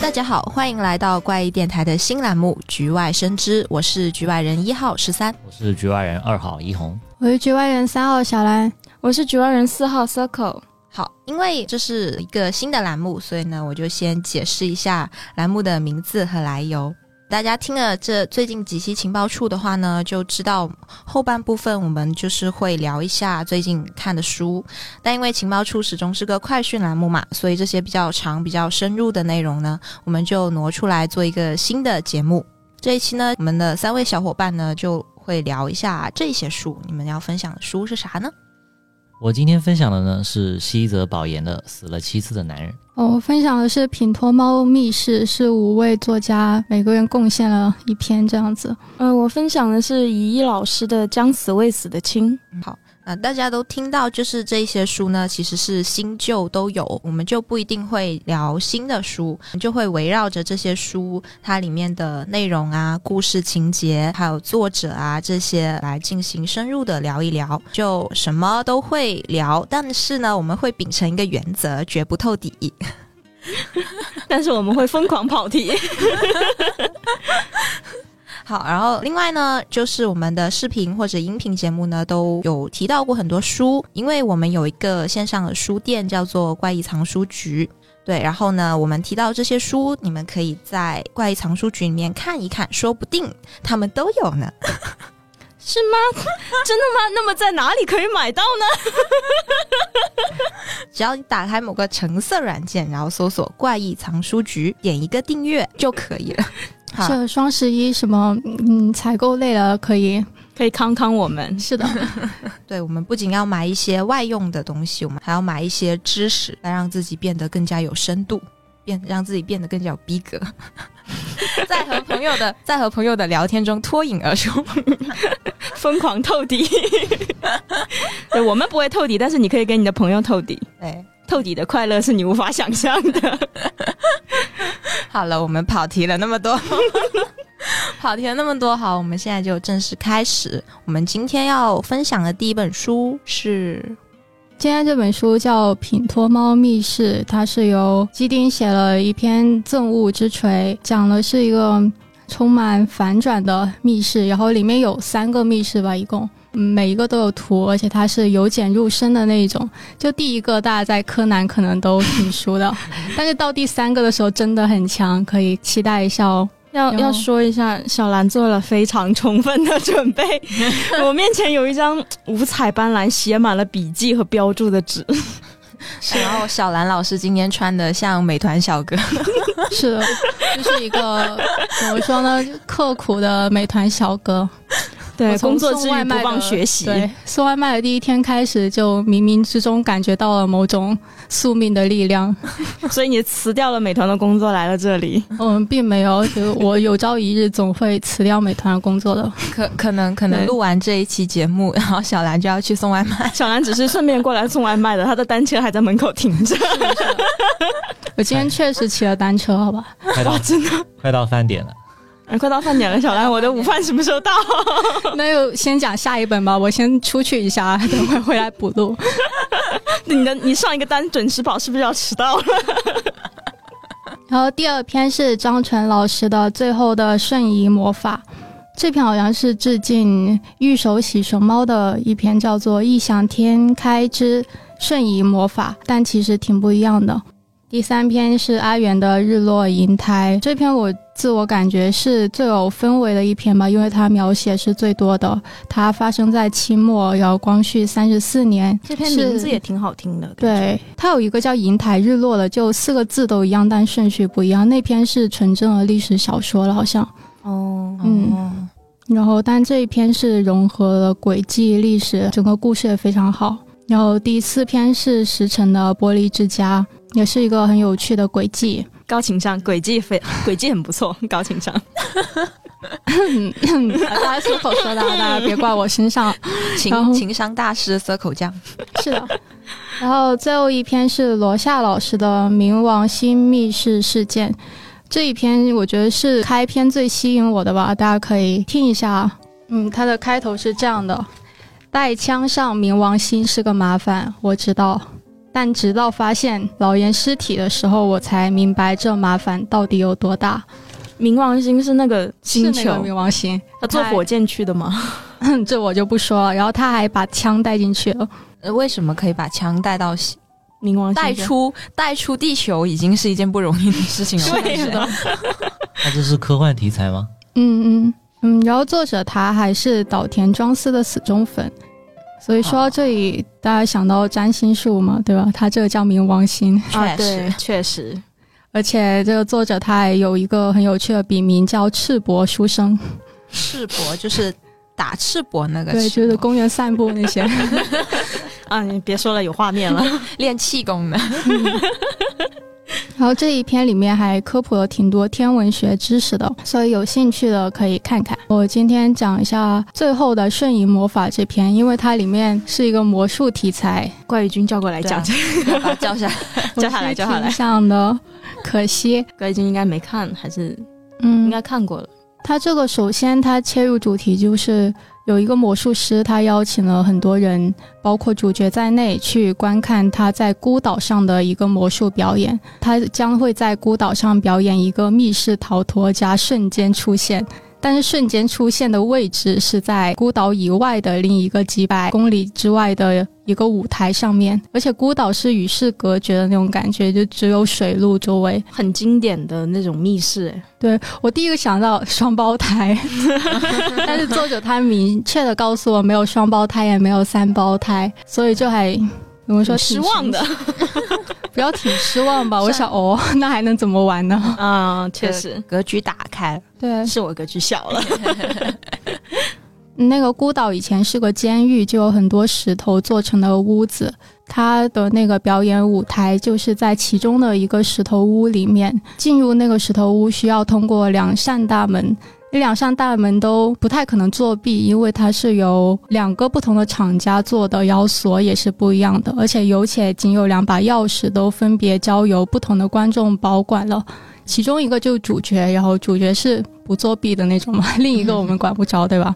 大家好，欢迎来到怪异电台的新栏目局外生枝，我是局外人1号13， 我是局外人2号一红， 我是局外人3号小兰， 我是局外人4号 Circle。 好，因为这是一个新的栏目，所以呢我就先解释一下栏目的名字和来由。大家听了这最近几期情报处的话呢，就知道后半部分我们就是会聊一下最近看的书，但因为情报处始终是个快讯栏目嘛，所以这些比较长比较深入的内容呢，我们就挪出来做一个新的节目。这一期呢，我们的3位小伙伴呢就会聊一下这些书。你们要分享的书是啥呢？ 我今天分享的呢是西泽保研的《死了7次的男人》。 我分享的是品托猫密室，是5位作家每个人贡献了一篇这样子。 我分享的是乙一老师的《将死未死的亲》。 好，大家都听到就是这些书呢其实是新旧都有，我们就不一定会聊新的书，就会围绕着这些书它里面的内容啊、故事情节还有作者啊这些来进行深入的聊一聊，就什么都会聊，但是呢我们会秉承一个原则，绝不透底但是我们会疯狂跑题好，然后另外呢就是我们的视频或者音频节目呢都有提到过很多书，因为我们有一个线上的书店叫做怪异藏书局，对，然后呢我们提到这些书你们可以在怪异藏书局里面看一看，说不定他们都有呢是吗？真的吗？那么在哪里可以买到呢？ 只要你打开某个橙色软件，然后搜索怪异藏书局，点一个订阅就可以了。 这双11什么采购类了可以康我们。 是的对，我们不仅要买一些外用的东西，我们还要买一些知识来让自己变得更加有深度，让自己变得更加有逼格在和朋友的聊天中脱颖而出疯狂透底对，我们不会透底，但是你可以跟你的朋友透底。 对， 透底的快乐是你无法想象的好了，我们跑题了那么多好，我们现在就正式开始。我们今天要分享的第一本书是， 今天这本书叫品托猫密室，它是由基丁写了一篇憎恶之锤，讲的是一个充满反转的密室，然后里面有3个密室吧，一共每一个都有图，而且它是由简入深的那一种。就第一个大家在柯南可能都挺熟的但是到第3个的时候真的很强，可以期待一下哦。 要说一下，小兰做了非常充分的准备我面前有一张五彩斑斓写满了笔记和标注的纸然后小兰老师今天穿的像美团小哥是的，就是一个怎么说呢，刻苦的美团小哥。 对，工作之余不忘学习。 对，送外卖的第一天开始就冥冥之中感觉到了某种宿命的力量所以你辞掉了美团的工作来了这里？ 并没有，就我有朝一日总会辞掉美团的工作的可能录完这一期节目，然后小兰就要去送外卖。 小兰只是顺便过来送外卖的，她的单车还在门口停着是我今天确实骑了单车好吧。 哇，真的快到饭点了。 快到饭点了，小兰，我的午饭什么时候到？ 那就先讲下一本吧，我先出去一下，等会回来补录你上一个单准时跑是不是要迟到了？ 然后第2篇是张纯老师的《最后的瞬移魔法》，这篇好像是致敬玉手洗熊猫的一篇，叫做《异想天开之瞬移魔法》，但其实挺不一样的。第3篇是阿元的《日落银台》，这篇我自我感觉是最有氛围的一篇吧，因为它描写是最多的，它发生在清末，然后光绪34年。 这篇名字也挺好听的。 对，它有一个叫银台日落的，就4个字都一样，但顺序不一样。那篇是纯正的历史小说了好像。然后但这一篇是融合了轨迹历史，整个故事也非常好。然后第4篇是石城的玻璃之家，也是一个很有趣的轨迹， 高情商，轨迹很不错，高情商大家随口说的，大家别怪我身上情商大师Circle酱。 是的。然后最后一篇是罗夏老师的《冥王星密室事件》，这一篇我觉得是开篇最吸引我的吧，大家可以听一下。它的开头是这样的：带枪上冥王星是个麻烦，我知道。 但直到发现老严尸体的时候，我才明白这麻烦到底有多大。 冥王星是那个星球， 是那个冥王星， 他坐火箭去的吗？ 这我就不说了。然后他还把枪带进去了。 为什么可以把枪带到冥王星带出地球已经是一件不容易的事情了。 对的。 那这是科幻题材吗？ 然后作者他还是岛田庄司的死忠粉，所以说到这里，大家想到占星术嘛，对吧？他这个叫冥王星啊，对，确实。 而且这个作者他还有一个很有趣的笔名叫赤膊书生。 赤膊就是打赤膊那个， 对，就是公园散步那些。 啊，你别说了，有画面了， 练气功的。 然后这一篇里面还科普了挺多天文学知识的，所以有兴趣的可以看看。我今天讲一下最后的瞬移魔法这篇，因为它里面是一个魔术题材。 怪宇君叫过来讲， 把他叫下来， 叫下来，叫下来。 想的，可惜怪宇君应该没看，还是应该看过了。 他这个首先他切入主题就是有一个魔术师，他邀请了很多人，包括主角在内，去观看他在孤岛上的一个魔术表演。他将会在孤岛上表演一个密室逃脱加瞬间出现，但是瞬间出现的位置是在孤岛以外的另一个几百公里之外的一个舞台上面，而且孤岛是与世隔绝的那种感觉，就只有水路周围， 很经典的那种密室。 对，我第一个想到双胞胎，但是作者他明确的告诉我没有双胞胎也没有三胞胎，所以就还怎么说挺失望的。 不要挺失望吧，我想那还能怎么玩呢？ 啊，确实格局打开了。 对， 是我格局小了。 那个孤岛以前是个监狱，就有很多石头做成的屋子，他的那个表演舞台就是在其中的一个石头屋里面。进入那个石头屋需要通过2扇大门，那2扇大门都不太可能作弊，因为它是由2个不同的厂家做的，然后锁也是不一样的，而且仅有2把钥匙都分别交由不同的观众保管了。其中一个就是主角，然后主角是不作弊的那种嘛，另一个我们管不着，对吧？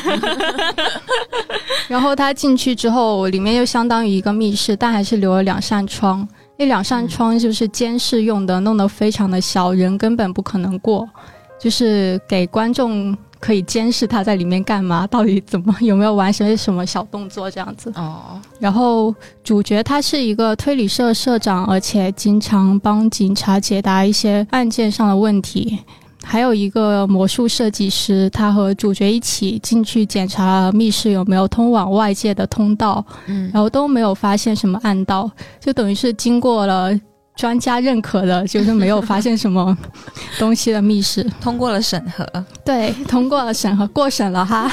然后他进去之后，里面又相当于一个密室，但还是留了2扇窗。那2扇窗就是监视用的，弄得非常的小，人根本不可能过，就是给观众可以监视他在里面干嘛，到底有没有完成什么小动作这样子。然后主角他是一个推理社社长，而且经常帮警察解答一些案件上的问题。还有一个魔术设计师，他和主角一起进去检查密室有没有通往外界的通道，然后都没有发现什么暗道，就等于是经过了专家认可的，就是没有发现什么东西的密室。 通过了审核。 对，通过了审核，过审了哈。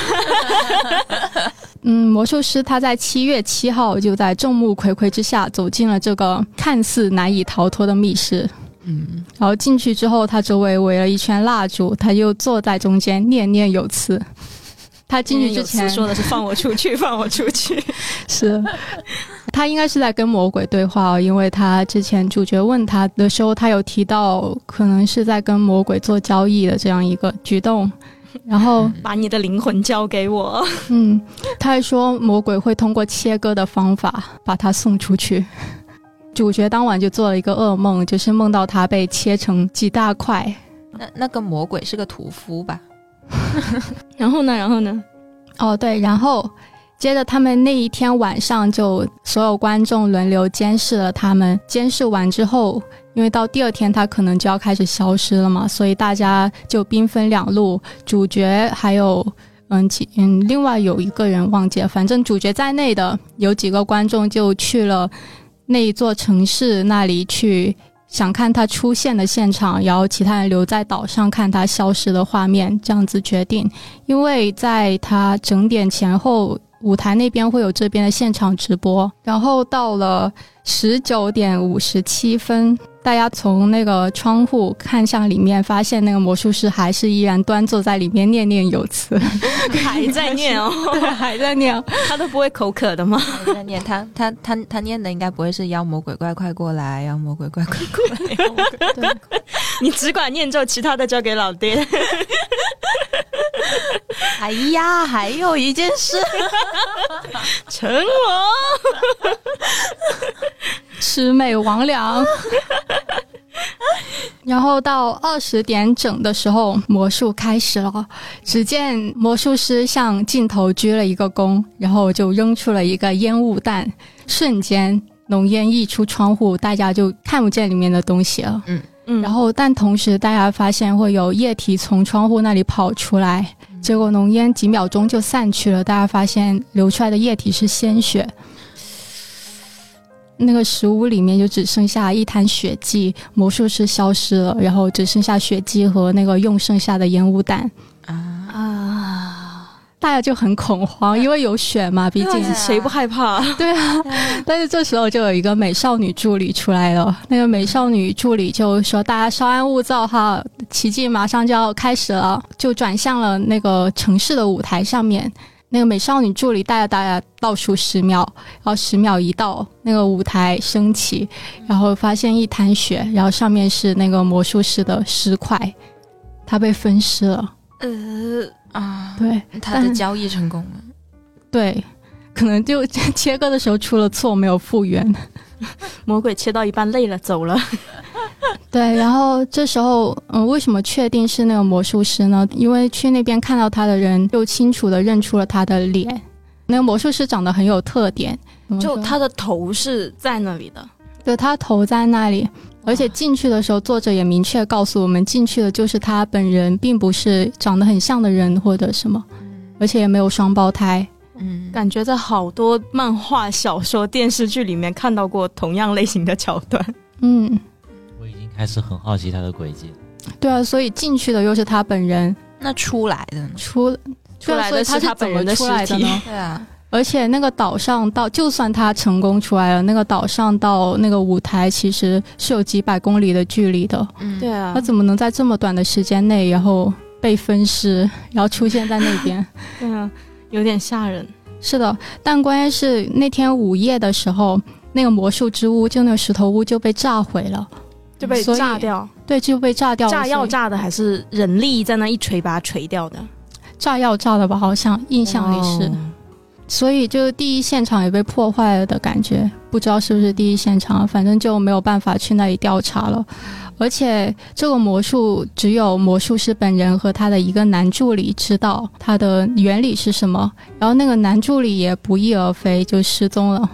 魔术师他在7月7号就在众目睽睽之下走进了这个看似难以逃脱的密室。然后进去之后，他周围围了一圈蜡烛，他就坐在中间念念有词。他进去之前说的是放我出去，放我出去。 是，他应该是在跟魔鬼对话因为他之前主角问他的时候，他有提到可能是在跟魔鬼做交易的这样一个举动。然后把你的灵魂交给我。 他还说魔鬼会通过切割的方法把他送出去。主角当晚就做了一个噩梦，就是梦到他被切成几大块。 那个魔鬼是个屠夫吧？ 然后呢？ 对，然后接着他们那一天晚上就所有观众轮流监视了他们。监视完之后，因为到第2天他可能就要开始消失了嘛，所以大家就兵分2路，主角还有另外有一个人忘记了，反正主角在内的有几个观众就去了那一座城市那里去想看他出现的现场，然后其他人留在岛上看他消失的画面，这样子决定。因为在他整点前后，舞台那边会有这边的现场直播，然后到了19点57分，大家从那个窗户看向里面，发现那个魔术师还是依然端坐在里面念念有词。 还在念哦。 对，还在念。 他都不会口渴的吗？ 还在念。他念的应该不会是妖魔鬼怪快过来，妖魔鬼怪快过来。 对， 你只管念咒，其他的交给老爹。 哎呀，还有一件事。 成龙魑魅魍魉。然后到20点整的时候，魔术开始了。只见魔术师向镜头鞠了一个躬，然后就扔出了一个烟雾弹，瞬间浓烟溢出窗户，大家就看不见里面的东西了。然后但同时大家发现会有液体从窗户那里跑出来，结果浓烟几秒钟就散去了，大家发现流出来的液体是鲜血。那个食物里面就只剩下一滩血迹，魔术师消失了，然后只剩下血迹和那个用剩下的烟雾弹大家就很恐慌，因为有血嘛，毕竟谁不害怕？ 对啊，但是这时候就有一个美少女助理出来了，那个美少女助理就说大家稍安勿躁哈，奇迹马上就要开始了，就转向了那个城市的舞台上面。那个美少女助理带着大家倒数10秒，然后10秒一到，那个舞台升起，然后发现一滩血，然后上面是那个魔术师的尸块，他被分尸了。对， 他的交易成功了。 对，可能就切割的时候出了错，没有复原。 魔鬼切到一半累了走了。 对，然后这时候为什么确定是那个魔术师呢？因为去那边看到他的人就清楚地认出了他的脸。那个魔术师长得很有特点， 就他的头是在那里的。 对，他头在那里，而且进去的时候作者也明确告诉我们，进去的就是他本人，并不是长得很像的人或者什么，而且也没有双胞胎。 感觉在好多漫画、小说、电视剧里面看到过同样类型的桥段。 我已经开始很好奇他的轨迹。 对啊，所以进去的又是他本人， 那出来的呢？ 出来的是他本人的尸体呢？ 对啊， 而且那个岛上到，就算他成功出来了，那个岛上到那个舞台其实是有几百公里的距离的。 对啊， 他怎么能在这么短的时间内，然后被分尸，然后出现在那边？ 对啊，有点吓人。 是的，但关键是那天午夜的时候，那个魔术之屋，就那个石头屋就被炸毁了， 就被炸掉。 对，就被炸掉了。 炸药炸的还是人力在那一锤把它锤掉的？ 炸药炸的吧，好像印象里是。所以就第一现场也被破坏了的感觉，不知道是不是第一现场，反正就没有办法去那里调查了。而且这个魔术只有魔术师本人和他的一个男助理知道它的原理是什么，然后那个男助理也不翼而飞，就失踪了。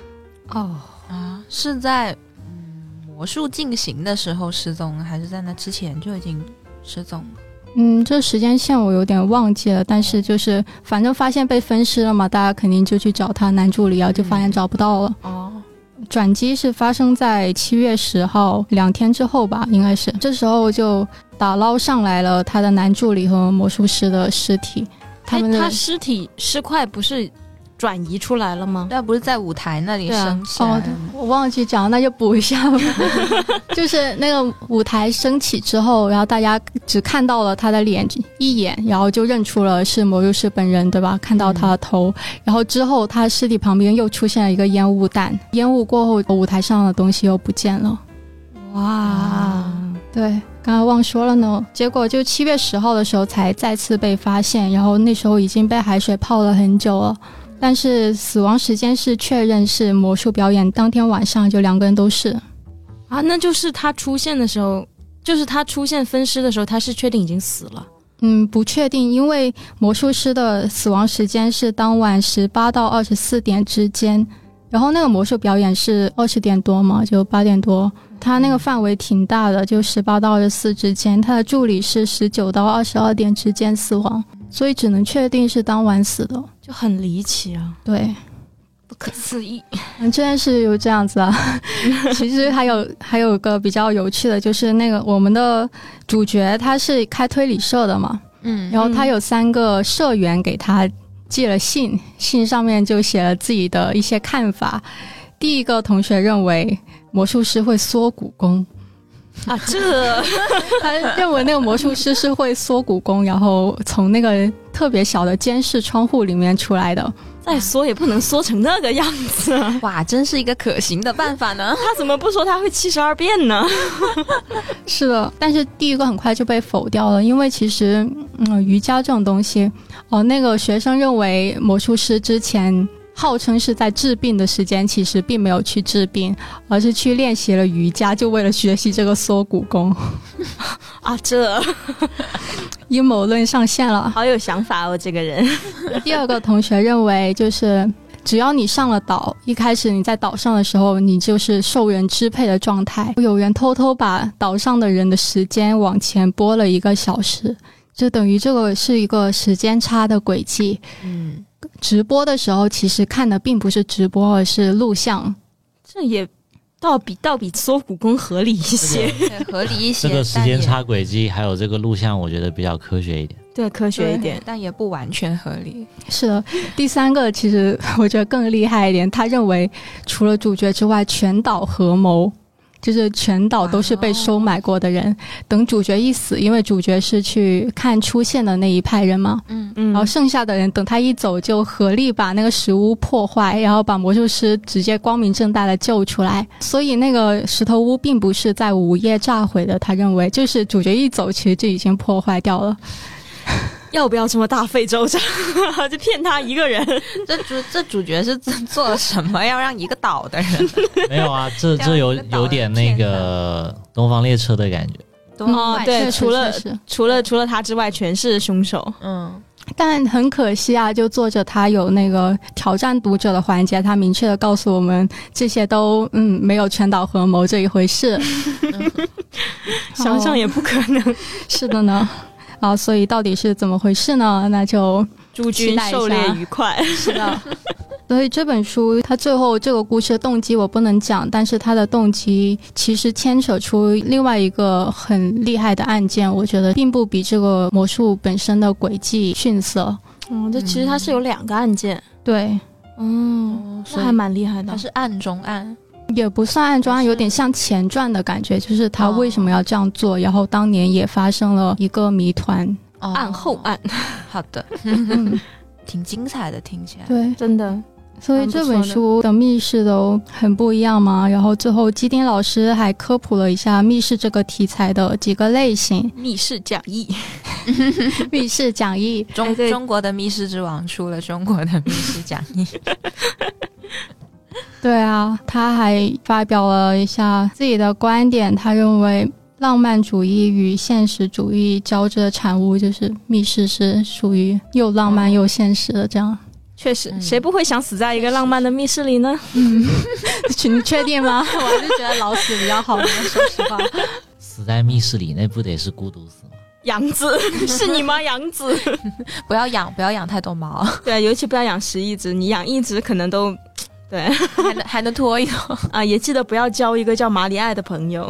是在魔术进行的时候失踪，还是在那之前就已经失踪了？ 这时间线我有点忘记了，但是就是反正发现被分尸了嘛，大家肯定就去找他男助理，然后就发现找不到了。转机是发生在7月10号2天之后吧，应该是。这时候就打捞上来了他的男助理和魔术师的尸体。他尸块不是转移出来了吗？ 对啊，不是在舞台那里升起来的。 我忘记讲，那就补一下吧。就是那个舞台升起之后，然后大家只看到了他的脸一眼，然后就认出了是魔术师本人，对吧？看到他的头，然后之后他尸体旁边又出现了一个烟雾弹，烟雾过后舞台上的东西又不见了。 哇， 对，刚刚忘说了呢。结果就7月10号的时候才再次被发现，然后那时候已经被海水泡了很久了。但是死亡时间是确认是魔术表演当天晚上，就2个人都是那就是他出现的时候，就是他出现分尸的时候，他是确定已经死了？ 不确定，因为魔术师的死亡时间是当晚18到24点之间，然后那个魔术表演是20点多嘛，就8点多，他那个范围挺大的，就18到24之间，他的助理是19到22点之间死亡，所以只能确定是当晚死的， 就很离奇啊。 对， 不可思议。 这件事有这样子啊。其实还有一个比较有趣的，就是那个我们的主角他是开推理社的嘛，然后他有3个社员给他寄了信，信上面就写了自己的一些看法。第一个同学认为魔术师会缩骨功他认为那个魔术师是会缩骨功，然后从那个特别小的监视窗户里面出来的。 再缩也不能缩成那个样子啊。 哇，真是一个可行的办法呢。 他怎么不说他会72变呢？ 是的，但是第一个很快就被否掉了，因为其实瑜伽这种东西那个学生认为魔术师之前号称是在治病的时间，其实并没有去治病，而是去练习了瑜伽，就为了学习这个缩骨功。 啊，这阴谋论上线了。 好有想法哦，这个人。 第二个同学认为，就是只要你上了岛，一开始你在岛上的时候，你就是受人支配的状态。有人偷偷把岛上的人的时间往前拨了1个小时，就等于这个是一个时间差的轨迹。直播的时候其实看的并不是直播，而是录像。 这也倒比缩骨功合理一些， 对，合理一些。 这个时间差轨迹还有这个录像，我觉得比较科学一点。 对，科学一点， 但也不完全合理。 是的，第三个其实我觉得更厉害一点，他认为除了主角之外，全岛合谋，就是全岛都是被收买过的人。等主角一死，因为主角是去看出现的那一派人嘛，然后剩下的人等他一走，就合力把那个石屋破坏，然后把魔术师直接光明正大的救出来。所以那个石头屋并不是在午夜炸毁的，他认为就是主角一走，其实就已经破坏掉了。 要不要这么大费周章就骗他一个人？ 这主角是做了什么要让一个岛的人？ 没有啊，这有点那个东方列车的感觉。 对，除了他之外全是凶手。 但很可惜啊，就作者他有那个挑战读者的环节，他明确的告诉我们这些都没有全岛合谋这一回事。 想想也不可能。 是的呢。所以到底是怎么回事呢？那就诸君狩猎愉快。 是的。所以这本书它最后这个故事的动机我不能讲，但是它的动机其实牵扯出另外一个很厉害的案件，我觉得并不比这个魔术本身的轨迹逊色。 这其实它是有2个案件。 对。 这还蛮厉害的。 它是案中案， 也不算暗装，有点像前传的感觉，就是他为什么要这样做，然后当年也发生了一个谜团， 案后案。 好的。挺精彩的，听起来。 对， 真的。 所以这本书的密室都很不一样嘛，然后最后基丁老师还科普了一下密室这个题材的几个类型。 密室讲义。 密室讲义。 中国的密室之王出了中国的密室讲义。 对啊，他还发表了一下自己的观点，他认为浪漫主义与现实主义交织的产物，就是密室是属于又浪漫又现实的这样。 确实，谁不会想死在一个浪漫的密室里呢？ 你确定吗？我还是觉得老死比较好的，说实话。 死在密室里，那不得是孤独死吗？ 杨子是你吗？杨子。 不要养太多毛。 对，尤其不要养11只，你养1只可能都对还能拖一拖啊！也记得不要交一个叫马里艾的朋友。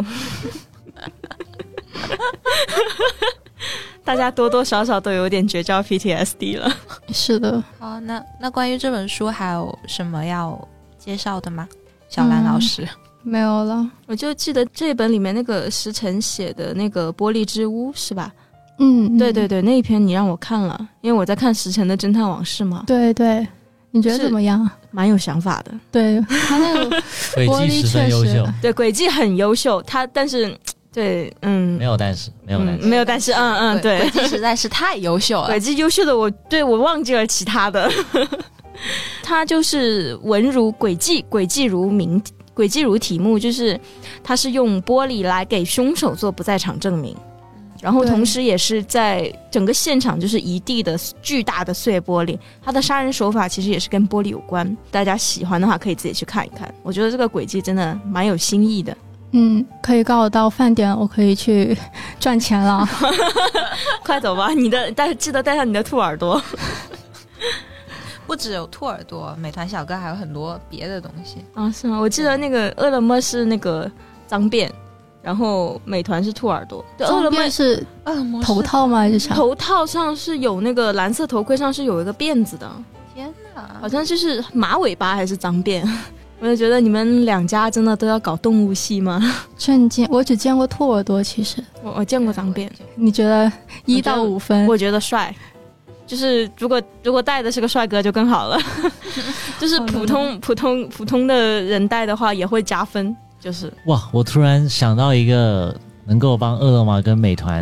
大家多多少少都有点绝交 PTSD 了。 是的。 好，那关于这本书还有什么要介绍的吗？小兰老师。 没有了。 我就记得这本里面那个石晨写的那个玻璃之屋是吧？对对对，那一篇你让我看了，因为我在看石晨的侦探往事嘛。 对对。你觉得怎么样？ 蛮有想法的。 对，他那个轨迹十分优秀。 对，轨迹很优秀，但是对， 没有但是， 对， 轨迹实在是太优秀了。 轨迹优秀的我忘记了其他的。他就是文如轨迹，轨迹如名，轨迹如题目，就是他是用玻璃来给凶手做不在场证明。然后同时也是在整个现场就是一地的巨大的碎玻璃，他的杀人手法其实也是跟玻璃有关，大家喜欢的话可以自己去看一看，我觉得这个轨迹真的蛮有新意的。 可以告我到饭点，我可以去赚钱了。 快走吧，记得带上你的兔耳朵。 不只有兔耳朵，美团小哥还有很多别的东西啊？是吗？我记得那个饿了么是那个脏辫，然后美团是兔耳朵。 饿了么是头套吗？还是啥？ 头套上是有那个蓝色头盔上是有一个辫子的。 天哪， 好像就是马尾巴还是脏辫。我就觉得你们2家真的都要搞动物系吗？ 震惊！我只见过兔耳朵，其实我见过脏辫。 你觉得1到5分？ 我觉得帅，就是如果戴的是个帅哥就更好了。就是普通的人戴的话也会加分。就是哇！我突然想到一个能够帮饿了么跟美团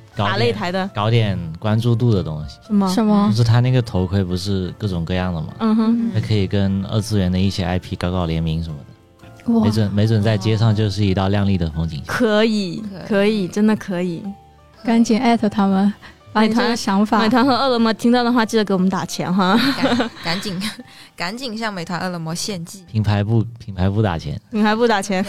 打擂台的， 搞点关注度的东西。 什么就是他那个头盔不是各种各样的嘛，还可以跟二次元的一些 IP 搞联名什么的，没准在街上就是一道亮丽的风景线。 可以，真的可以， 赶紧艾特他们，把你这个想法。 美团和饿了么听到的话，记得给我们打钱哈， 赶紧向美团饿了么献祭。 品牌不打钱， 品牌不打钱。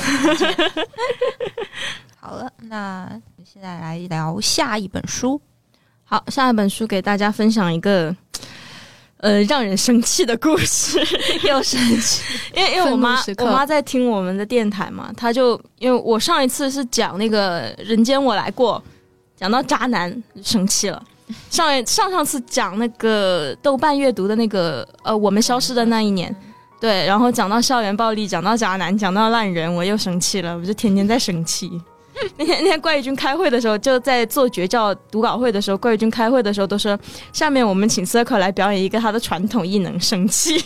好了，那现在来聊下一本书。 好，下一本书给大家分享一个让人生气的故事。 又生气， 因为我妈在听我们的电台嘛，她就因为我上一次是讲那个人间我来过，讲到渣男生气了。上次讲那个豆瓣阅读的那个我们消失的那一年，对，然后讲到校园暴力，讲到渣男，讲到烂人，我又生气了，我就天天在生气。那天怪异君开会的时候，就在做绝教读稿会的时候，怪异君开会的时候都说，下面我们请 Circle 来表演一个他的传统异能生气。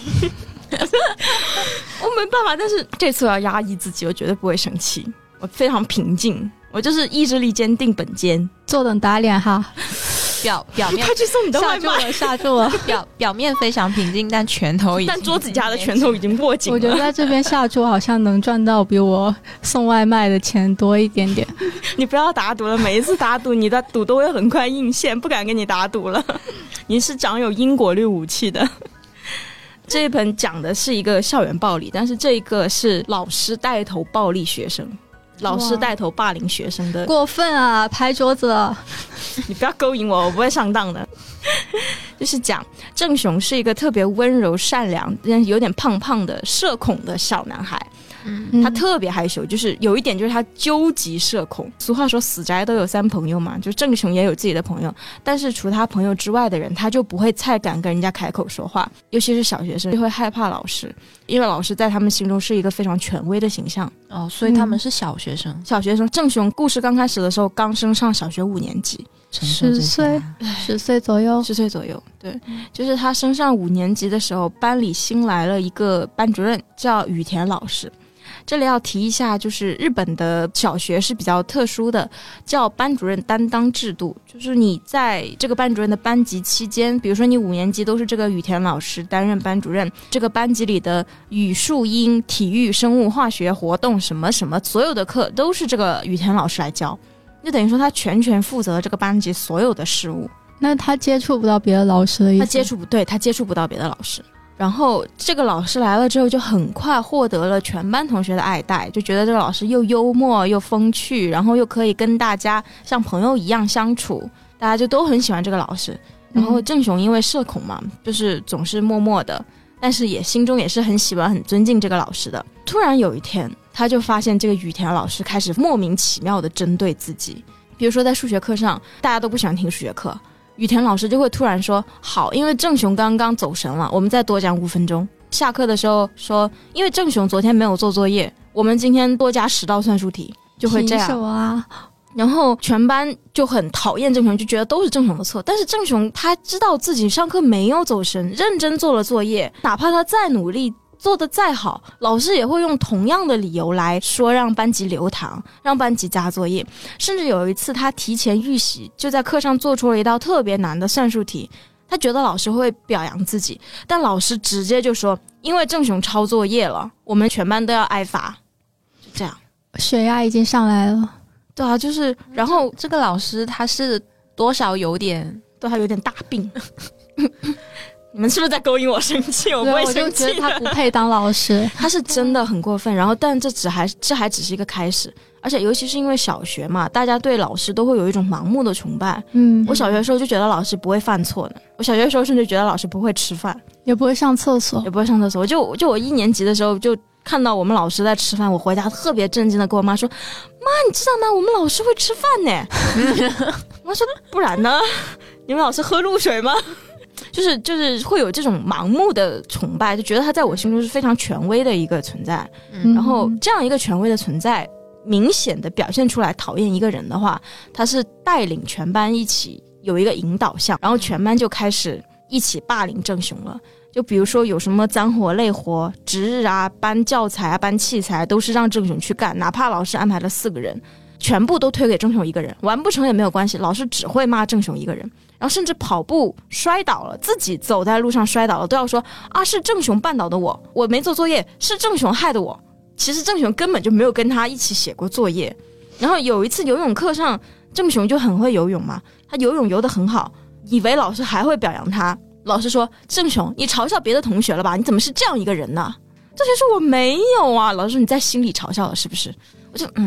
我没办法，但是这次我要压抑自己，我绝对不会生气，我非常平静，我就是意志力坚定本坚， 坐等打脸哈。 表面快去送你的外卖， 吓住了。 表面非常平静，但拳头已经， 但桌子下的拳头已经握紧了。 我觉得在这边下注好像能赚到比我送外卖的钱多一点点。 你不要打赌了，每一次打赌你的赌都会很快印现，不敢跟你打赌了。你是掌有因果律武器的。这一本讲的是一个校园暴力，但是这一个是老师带头暴力学生，老师带头霸凌学生的。 过分啊，拍桌子了。 你不要勾引我，我不会上当的。就是讲郑雄是一个特别温柔善良有点胖胖的社恐的小男孩，他特别害羞，就是有一点就是他究极社恐。俗话说死宅都有三朋友嘛，就郑雄也有自己的朋友，但是除他朋友之外的人他就不会太敢跟人家开口说话，尤其是小学生就会害怕老师，因为老师在他们心中是一个非常权威的形象。 所以他们是小学生。 小学生，郑雄故事刚开始的时候刚升上小学5年级 ，10岁左右 ，10岁左右，对，就是他升上5年级的时候，班里新来了一个班主任，叫羽田老师。这里要提一下，就是日本的小学是比较特殊的，叫班主任担当制度，就是你在这个班主任的班级期间，比如说你5年级都是这个羽田老师担任班主任，这个班级里的语数英体育生物化学活动什么什么所有的课都是这个羽田老师来教，就等于说他全权负责这个班级所有的事务。 那他接触不到别的老师的意思？ 他接触不到别的老师。然后这个老师来了之后就很快获得了全班同学的爱戴，就觉得这个老师又幽默又风趣，然后又可以跟大家像朋友一样相处，大家就都很喜欢这个老师。然后郑雄因为社恐嘛，就是总是默默的，但是也心中也是很喜欢很尊敬这个老师的。突然有一天他就发现这个羽田老师开始莫名其妙的针对自己，比如说在数学课上大家都不喜欢听数学课，羽田老师就会突然说好，因为郑雄刚刚走神了，我们再多讲5分钟。下课的时候说因为郑雄昨天没有做作业，我们今天多加10道算术题，就会这样。 凭什么啊？ 然后全班就很讨厌郑雄，就觉得都是郑雄的错，但是郑雄他知道自己上课没有走神，认真做了作业，哪怕他再努力做得再好，老师也会用同样的理由来说让班级留堂，让班级加作业。甚至有一次他提前预习，就在课上做出了一道特别难的算术题，他觉得老师会表扬自己，但老师直接就说因为郑雄抄作业了，我们全班都要挨罚。就这样， 血压已经上来了。 对啊，就是然后这个老师他是多少有点， 对，他有点大病。你们是不是在勾引我生气？我不会生气的。 我就觉得他不配当老师。 他是真的很过分，然后但这还只是一个开始，而且尤其是因为小学嘛，大家对老师都会有一种盲目的崇拜。我小学的时候就觉得老师不会犯错的，我小学的时候甚至觉得老师不会吃饭， 也不会上厕所。 我1年级的时候就看到我们老师在吃饭，我回家特别震惊的跟我妈说，妈你知道吗，我们老师会吃饭呢。我妈说不然呢，你们老师喝露水吗？就是会有这种盲目的崇拜，就觉得他在我心中是非常权威的一个存在。然后这样一个权威的存在明显的表现出来讨厌一个人的话，他是带领全班一起有一个引导项，然后全班就开始一起霸凌郑雄了。就比如说有什么脏活累活，值日啊，搬教材啊，搬器材都是让郑雄去干，哪怕老师安排了4个人， 全部都推给郑雄一个人，完不成也没有关系，老师只会骂郑雄一个人，然后甚至跑步摔倒了，自己走在路上摔倒了，都要说啊是郑雄绊倒的我没做作业，是郑雄害的我。其实郑雄根本就没有跟他一起写过作业。然后有一次游泳课上，郑雄就很会游泳嘛，他游泳游得很好，以为老师还会表扬他。老师说郑雄你嘲笑别的同学了吧，你怎么是这样一个人呢？郑雄说我没有啊。老师说你在心里嘲笑了是不是？我就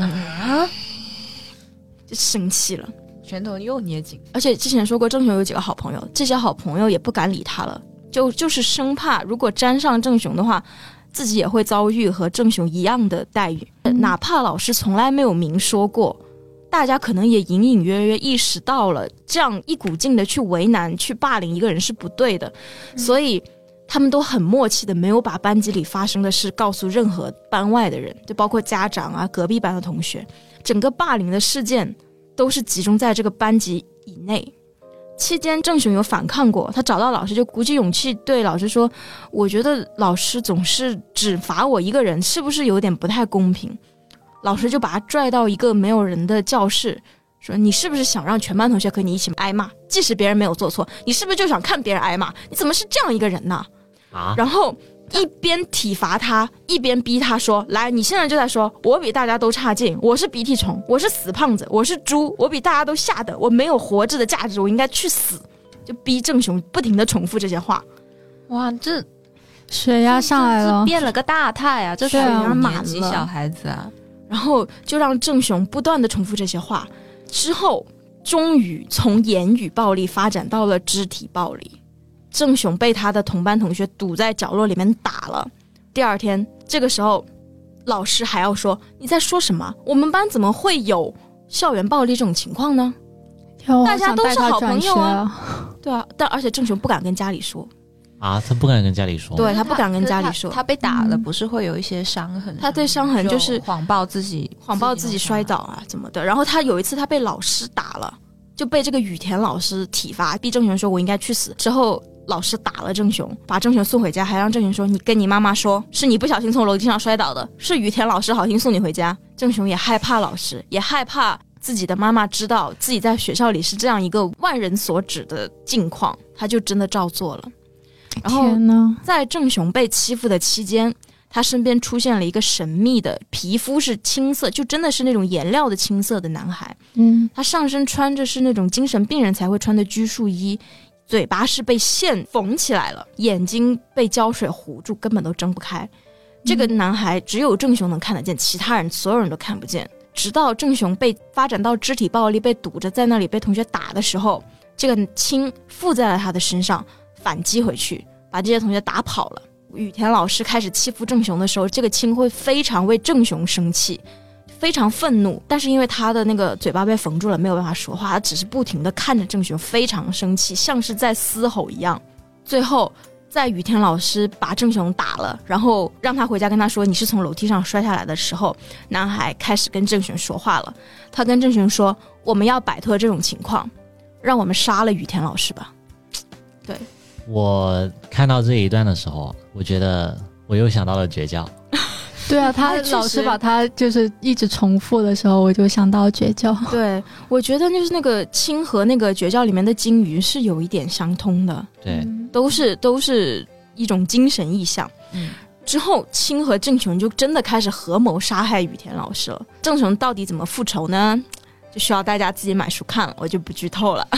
就生气了， 拳头又捏紧。 而且之前说过郑雄有几个好朋友，这些好朋友也不敢理他了，就是生怕如果沾上郑雄的话，自己也会遭遇和郑雄一样的待遇。哪怕老师从来没有明说过，大家可能也隐隐约约意识到了这样一股劲的去为难去霸凌一个人是不对的，所以他们都很默契的没有把班级里发生的事告诉任何班外的人，就包括家长啊隔壁班的同学。整个霸凌的事件都是集中在这个班级以内。期间郑雄有反抗过，他找到老师就鼓起勇气对老师说，我觉得老师总是只罚我一个人，是不是有点不太公平？老师就把他拽到一个没有人的教室，说你是不是想让全班同学和你一起挨骂，即使别人没有做错，你是不是就想看别人挨骂？你怎么是这样一个人呢？然后一边体罚他一边逼他说，来你现在就在说我比大家都差劲，我是鼻涕虫，我是死胖子，我是猪，我比大家都下等，我没有活着的价值，我应该去死。就逼郑雄不停地重复这些话。 哇，这血压上来了， 变了个大态啊，这才5年级小孩子啊。 然后就让郑雄不断地重复这些话，之后终于从言语暴力发展到了肢体暴力。郑雄被他的同班同学堵在角落里面打了。第二天这个时候老师还要说，你在说什么？我们班怎么会有校园暴力这种情况呢？大家都是好朋友啊。对啊，但而且郑雄不敢跟家里说啊，他不敢跟家里说。 对，他不敢跟家里说。 他被打了不是会有一些伤痕？ 他对伤痕就是谎报自己摔倒啊怎么的。然后他有一次他被老师打了，就被这个雨田老师体罚，逼郑雄说我应该去死。之后老师打了郑雄，把郑雄送回家，还让郑雄说你跟你妈妈说是你不小心从楼梯上摔倒的，是雨田老师好心送你回家。郑雄也害怕老师，也害怕自己的妈妈知道自己在学校里是这样一个万人所指的境况，他就真的照做了。然后在郑雄被欺负的期间，他身边出现了一个神秘的皮肤是青色，就真的是那种颜料的青色的男孩。他上身穿着是那种精神病人才会穿的拘束衣，嘴巴是被线缝起来了，眼睛被胶水糊住，根本都睁不开。这个男孩只有郑雄能看得见，其他人所有人都看不见。直到郑雄被发展到肢体暴力，被堵着在那里被同学打的时候，这个青附在了他的身上，反击回去，把这些同学打跑了。雨田老师开始欺负郑雄的时候，这个青会非常为郑雄生气，非常愤怒，但是因为他的那个嘴巴被缝住了，没有办法说话，他只是不停地看着郑雄，非常生气，像是在嘶吼一样。最后在雨田老师把郑雄打了，然后让他回家跟他说你是从楼梯上摔下来的时候，男孩开始跟郑雄说话了。他跟郑雄说，我们要摆脱这种情况，让我们杀了雨田老师吧。对， 我看到这一段的时候，我觉得我又想到了绝教。 对啊，他老师把他就是一直重复的时候，我就想到绝教。 对，我觉得就是那个青和那个绝教里面的金鱼是有一点相通的。 对， 都是一种精神意象。之后青和郑雄就真的开始合谋杀害雨田老师了。郑雄到底怎么复仇呢？就需要大家自己买书看了，我就不剧透了。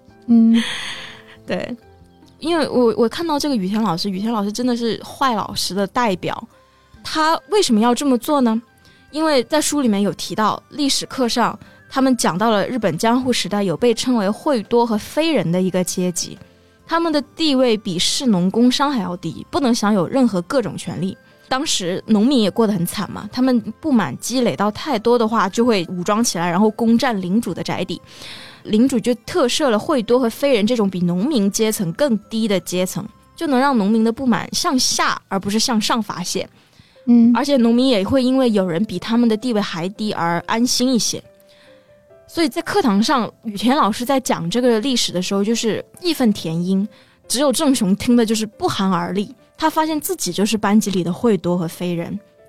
对，因为我看到这个雨田老师真的是坏老师的代表。他为什么要这么做呢？因为在书里面有提到，历史课上他们讲到了日本江户时代有被称为会多和非人的一个阶级，他们的地位比士农工商还要低，不能享有任何各种权利。当时农民也过得很惨嘛，他们不满积累到太多的话，就会武装起来，然后攻占领主的宅邸。领主就特设了会多和非人这种比农民阶层更低的阶层，就能让农民的不满向下而不是向上发泄。而且农民也会因为有人比他们的地位还低而安心一些。所以在课堂上，雨田老师在讲这个历史的时候就是义愤填膺，只有郑雄听的就是不寒而栗。他发现自己就是班级里的会多和非人，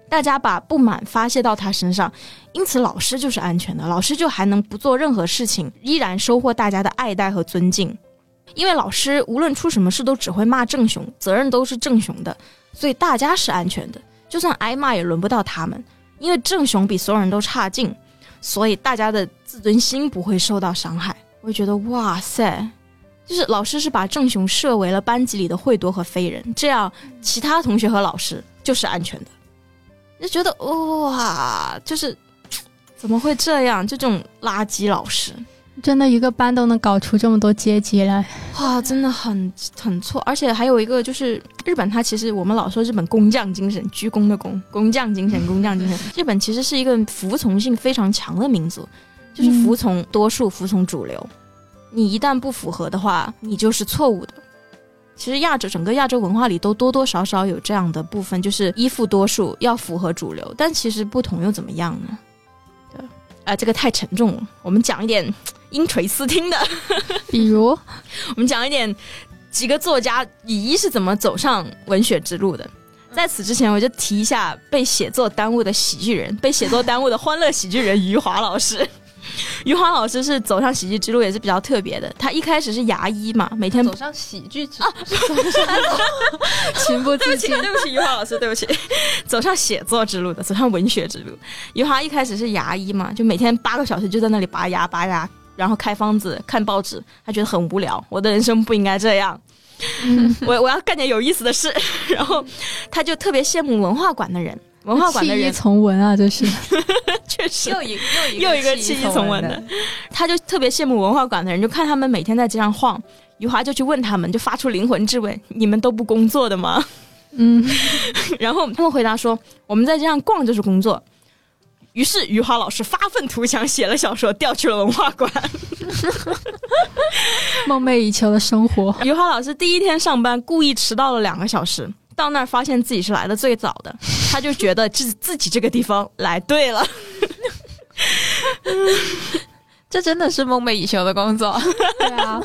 大家把不满发泄到他身上，因此老师就是安全的，老师就还能不做任何事情，依然收获大家的爱戴和尊敬。因为老师无论出什么事都只会骂正雄，责任都是正雄的，所以大家是安全的，就算挨骂也轮不到他们，因为正雄比所有人都差劲，所以大家的自尊心不会受到伤害。我觉得哇塞，就是老师是把正雄设为了班级里的惠多和非人，这样其他同学和老师就是安全的。就觉得哇，就是怎么会这样，这种垃圾老师真的一个班都能搞出这么多阶级来， 哇，真的很错。而且还有一个就是日本，它其实我们老说日本工匠精神，鞠躬的躬，工匠精神，工匠精神。日本其实是一个服从性非常强的民族，就是服从多数，服从主流。你一旦不符合的话，你就是错误的。其实整个亚洲文化里都多多少少有这样的部分，就是依附多数，要符合主流。但其实不同又怎么样呢？对，这个太沉重了。我们讲一点因垂斯听的， 比如我们讲一点几个作家乙一是怎么走上文学之路的。在此之前，我就提一下被写作耽误的喜剧人，被写作耽误的欢乐喜剧人余华老师。余华老师是走上喜剧之路也是比较特别的，他一开始是牙医嘛，每天走上喜剧之路， 情不自禁， 对不起余华老师，对不起，走上写作之路的，走上文学之路。余华一开始是牙医嘛，就每天8个小时就在那里拔牙，然后开方子看报纸，他觉得很无聊，我的人生不应该这样，我要干点有意思的事。然后他就特别羡慕文化馆的人，文化馆的人弃医从文啊，这是确实又一个弃医从文的。他就特别羡慕文化馆的人，就看他们每天在街上晃，余华就去问他们，就发出灵魂质问：你们都不工作的吗？然后他们回答说：我们在街上逛就是工作。于是余华老师发愤图强，写了小说，调去了文化馆。 梦寐以求的生活。 余华老师第一天上班故意迟到了2个小时，到那儿发现自己是来的最早的，他就觉得自己这个地方来对了。 这真的是梦寐以求的工作。 对啊。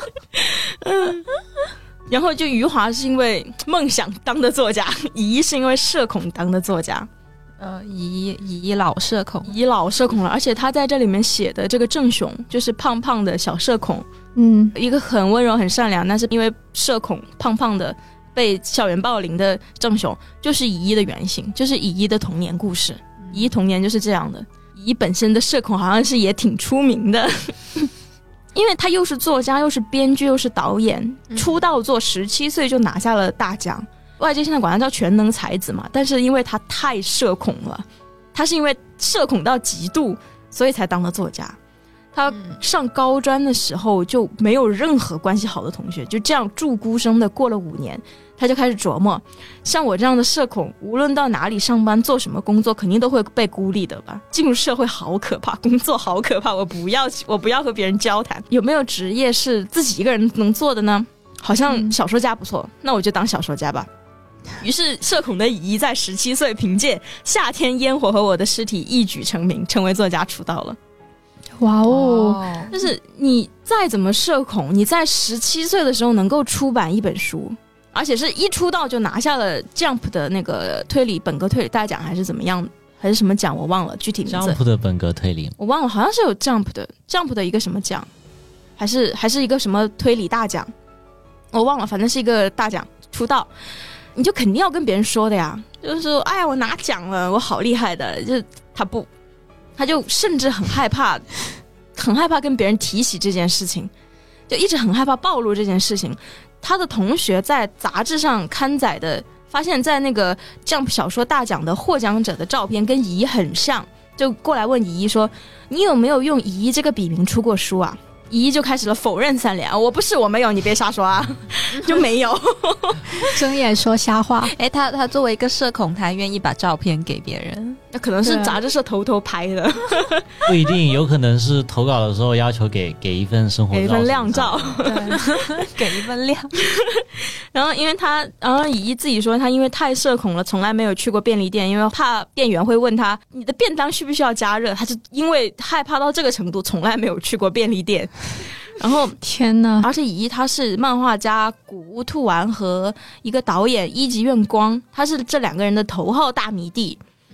然后就余华是因为梦想当的作家，乙一是因为社恐当的作家。 乙老社恐， 乙老社恐了，而且他在这里面写的这个正雄就是胖胖的小社恐，一个很温柔很善良，但是因为社恐胖胖的被校园暴凌的正雄，就是乙一的原型，就是乙一的童年故事。乙一童年就是这样的，乙一本身的社恐好像是也挺出名的。因为他又是作家又是编剧又是导演，出道作17岁就拿下了大奖，外界现在管他叫全能才子嘛，但是因为他太社恐了，他是因为社恐到极度，所以才当了作家。他上高专的时候就没有任何关系好的同学，就这样住孤生的过了5年，他就开始琢磨，像我这样的社恐，无论到哪里上班做什么工作，肯定都会被孤立的吧？进入社会好可怕，工作好可怕，我不要和别人交谈。有没有职业是自己一个人能做的呢？好像小说家不错，那我就当小说家吧。于是社恐的乙一在17岁凭借《夏天烟火和我的尸体》一举成名，成为作家出道了。 哇哦！ 就是你再怎么社恐，你在17岁的时候能够出版一本书，而且是一出道就拿下了 Jump 的那个本格推理大奖，还是怎么样，还是什么奖我忘了具体名字。 Jump 的本格推理我忘了，好像是有 Jump 的一个什么奖，还是一个什么推理大奖，我忘了，反正是一个大奖。出道你就肯定要跟别人说的呀，就是说哎呀我拿奖了，我好厉害的。就是他就甚至很害怕跟别人提起这件事情，就一直很害怕暴露这件事情。他的同学在杂志上刊载的，发现在那个 Jump 小说大奖的获奖者的照片跟乙一很像，就过来问乙一说，你有没有用乙一这个笔名出过书啊？乙一就开始了否认3连，我不是，我没有，你别瞎说啊。就没有。 睁眼说瞎话。 他作为一个社恐，他愿意把照片给别人， 那可能是杂志社偷拍的。 不一定，有可能是投稿的时候要求给一份生活照， 给一份靓照。 对，给一份靓。 然后乙一自己说，他因为太社恐了，从来没有去过便利店，因为怕店员会问他你的便当需不需要加热，他就因为害怕到这个程度，从来没有去过便利店。然后天哪！ 而且乙一他是漫画家古屋兔丸和一个导演一级院光，他是这2个人的头号大迷弟。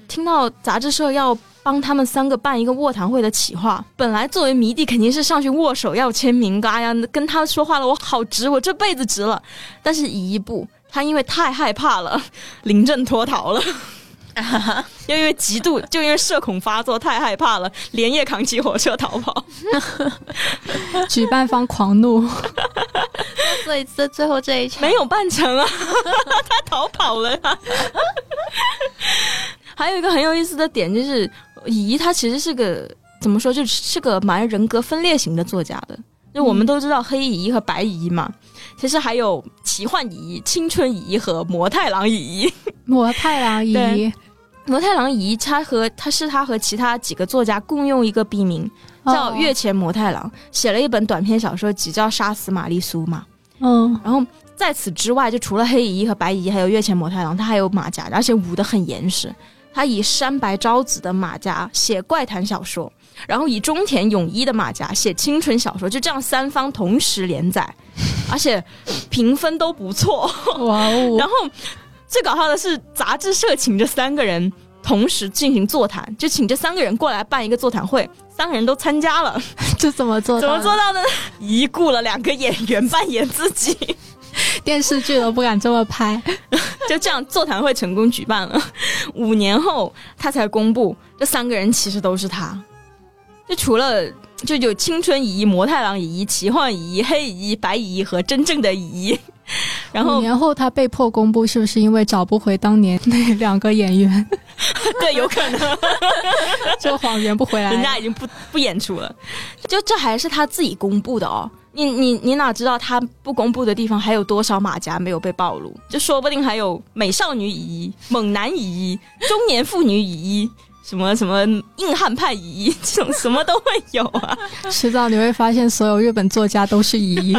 听到杂志社要帮他们3个办一个卧谈会的企划，本来作为迷弟肯定是上去握手要签名，哎呀，跟他说话了，我好值，我这辈子值了。但是移一步，他因为太害怕了，临阵脱逃了。因为极度，就因为社恐发作，太害怕了，连夜扛起火车逃跑。 举办方狂怒， 所以最后这一场没有办成啊，他逃跑了啊。还有一个很有意思的点就是，乙他其实是个怎么说，就是个蛮人格分裂型的作家的。就我们都知道黑乙和白乙嘛，其实还有奇幻乙、青春乙和魔太郎乙。 魔太郎乙。 魔太郎乙他和其他几个作家共用一个笔名，叫月前魔太郎，写了一本短篇小说集叫《杀死玛丽苏》嘛。然后在此之外，就除了黑乙和白乙还有月前魔太郎，他还有马甲，而且舞得很严实。他以山白昭子的马甲写怪谈小说，然后以中田永一的马甲写青春小说，就这样3方同时连载，而且评分都不错。 哇哦！ 然后最搞笑的是，杂志社请这3个人同时进行座谈，就请这3个人过来办一个座谈会，3个人都参加了。 这怎么做到？ 怎么做到的？一雇了2个演员扮演自己。 电视剧都不敢这么拍。 就这样座谈会成功举办了，5年后他才公布这3个人其实都是他。就除了就有青春乙、魔太郎乙、奇幻乙、黑乙、白乙和真正的乙。然后 5年后他被迫公布，是不是因为找不回当年那2个演员？ 对，有可能。 这谎圆不回来， 人家已经不演出了。就这还是他自己公布的哦。你哪知道他不公布的地方还有多少马甲没有被暴露？就说不定还有美少女乙、猛男乙、中年妇女乙、什么什么硬汉派乙，这种什么都会有啊。 迟早你会发现所有日本作家都是乙。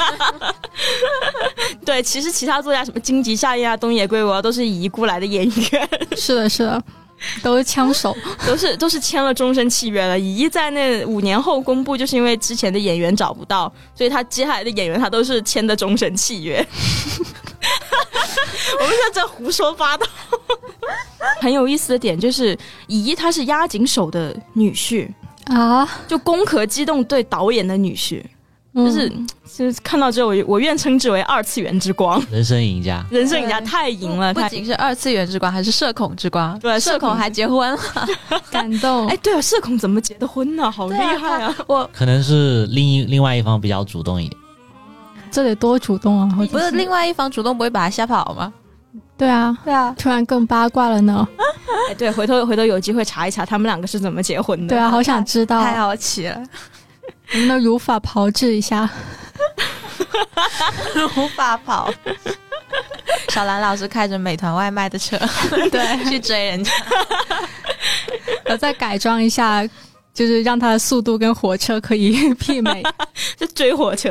对，其实其他作家什么荆棘夏彦啊、东野圭吾啊都是乙雇来的演员。 是的是的，都是枪手， 都是签了终身契约了。乙在那5年后公布，就是因为之前的演员找不到，所以他接下来的演员他都是签的终身契约。我们现在这胡说八道。很有意思的点就是乙他是押井守的女婿啊， 就攻壳机动队导演的女婿。就是看到这我愿称之为2次元之光， 人生赢家， 人生赢家太赢了， 不仅是2次元之光，还是社恐之光。 对， 社恐还结婚了， 感动。 哎，对啊，社恐怎么结的婚呢？好厉害啊！ 我可能是另外一方比较主动一点。 这得多主动啊！ 不是另外一方主动不会把他吓跑吗？ 对啊，突然更八卦了呢。 哎，对，回头有机会查一查他们2个是怎么结婚的。 对啊，好想知道， 太好奇了。 我们能如法炮制一下。 如法炮。小兰老师开着美团外卖的车，对，去追人家。 我再改装一下，就是让它的速度跟火车可以媲美。 就追火车。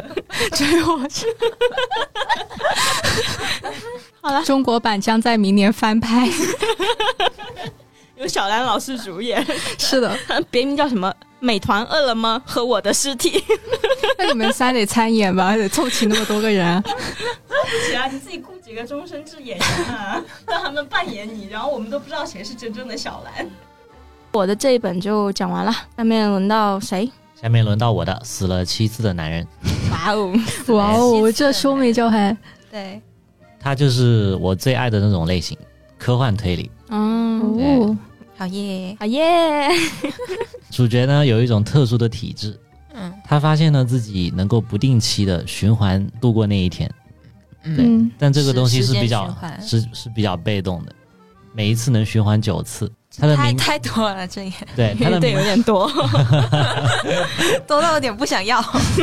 好了， 中国版将在明年翻拍。 由小兰老师主演。 是的， 别名叫什么？美团、饿了么和我的尸体。 那你们3得参演吧，得凑齐那么多个人。 凑不起啊，你自己雇几个终身制演员啊，让他们扮演你，然后我们都不知道谁是真正的小兰。我的这一本就讲完了，下面轮到谁？ 下面轮到我的死了7次的男人。 哇哦哇哦，这书名就很对， 他就是我最爱的那种类型，科幻推理。 哦， 好耶， 好耶！ 主角呢有一种特殊的体质，他发现呢自己能够不定期的循环度过那一天。对，但这个东西是比较被动的，每一次能循环9次。他的名太多了，这也对他的对有点多， 多到有点不想要。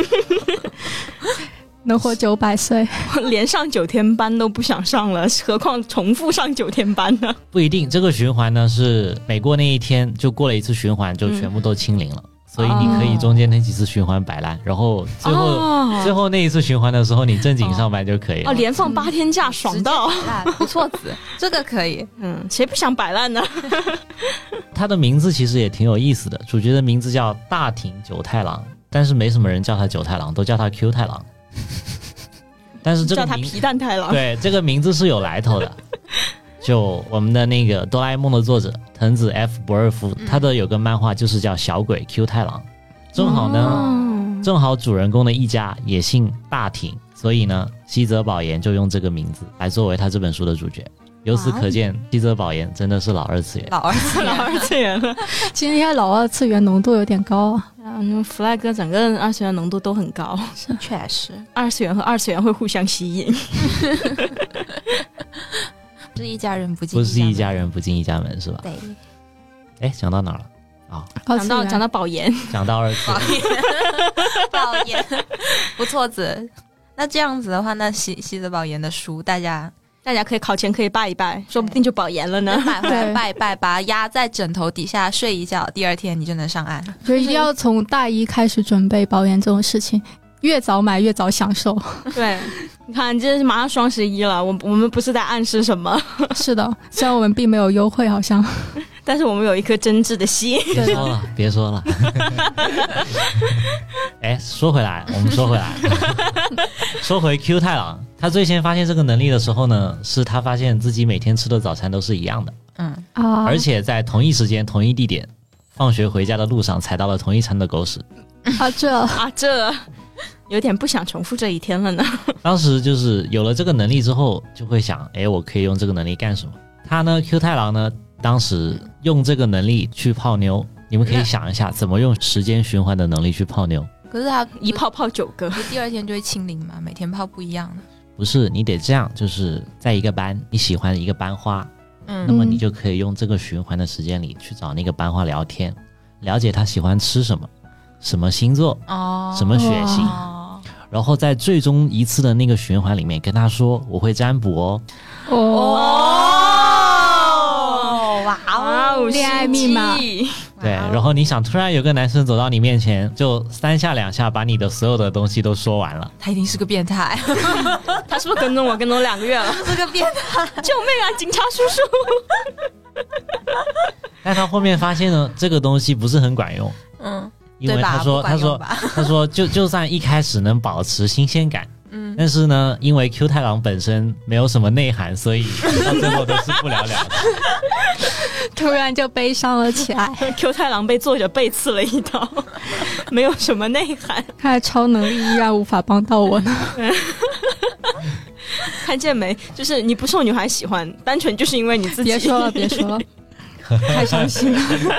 能活900岁， 连上9天班都不想上了，何况重复上9天班呢？不一定，这个循环呢是每过那一天就过了一次循环就全部都清零了。所以你可以中间那几次循环摆烂，然后最后那一次循环的时候你正经上班就可以了。 连放8天假，爽到， 不错子，这个可以。 谁不想摆烂呢？ 他的名字其实也挺有意思的，主角的名字叫大町九太郎，但是没什么人叫他九太郎，都叫他 Q 太郎。但是这个叫他皮蛋太郎。 对，这个名字是有来头的。 就我们的那个哆啦 A 梦的作者藤子 F 不二夫，他的有个漫画就是叫小鬼 Q 太郎，正好主人公的一家也姓大町，所以呢西泽保彦就用这个名字来作为他这本书的主角。由此可见，西泽保彦真的是老二次元， 老二次元了。 今天老二次元浓度有点高啊。 弗莱哥整个二次元浓度都很高， 确实， 二次元和二次元会互相吸引。 是一家人不进， 不是一家人不进一家门是吧？ 对。 哎，讲到哪儿了？ 讲到保研， 讲到二次元， 保研不错子。那这样子的话，那西泽保研的书，大家可以考前可以拜一拜，说不定就保研了呢。 买回来拜一拜，把它压在枕头底下睡一觉，第二天你就能上岸。 所以要从大一开始准备保研这种事情，越早买越早享受。 对，你看这是马上双11了，我们不是在暗示什么？ 是的，虽然我们并没有优惠好像， 但是我们有一颗真挚的心。 别说了哎，说回来说回 Q 太郎，他最先发现这个能力的时候呢，是他发现自己每天吃的早餐都是一样的，而且在同一时间同一地点，放学回家的路上踩到了同一层的狗屎。 这有点不想重复这一天了呢。 当时就是有了这个能力之后，就会想，我可以用这个能力干什么？他呢 Q 太郎呢当时用这个能力去泡妞，你们可以想一下怎么用时间循环的能力去泡妞。 可是他一泡泡9个， 第二天就会清零嘛，每天泡不一样的。 不是，你得这样，就是在一个班，你喜欢一个班花，那么你就可以用这个循环的时间里去找那个班花聊天，了解他喜欢吃什么，什么星座，什么血型，然后在最终一次的那个循环里面跟他说我会占卜恋爱密码。 对，然后你想突然有个男生走到你面前，就3下2下把你的所有的东西都说完了， 他一定是个变态。 他是不是跟踪我2个月了？ 是个变态！ 救命啊，警察叔叔！ 但他后面发现呢，这个东西不是很管用。因为他说就算一开始能保持新鲜感，但是呢，因为 Q 太郎本身没有什么内涵，所以到最后都是不了了之。 突然就悲伤了起来。 Q 太郎被作者背刺了一刀，没有什么内涵。 看来超能力依然无法帮到我呢。 看见没？就是你不受女孩喜欢，单纯就是因为你自己。 别说了，太伤心了。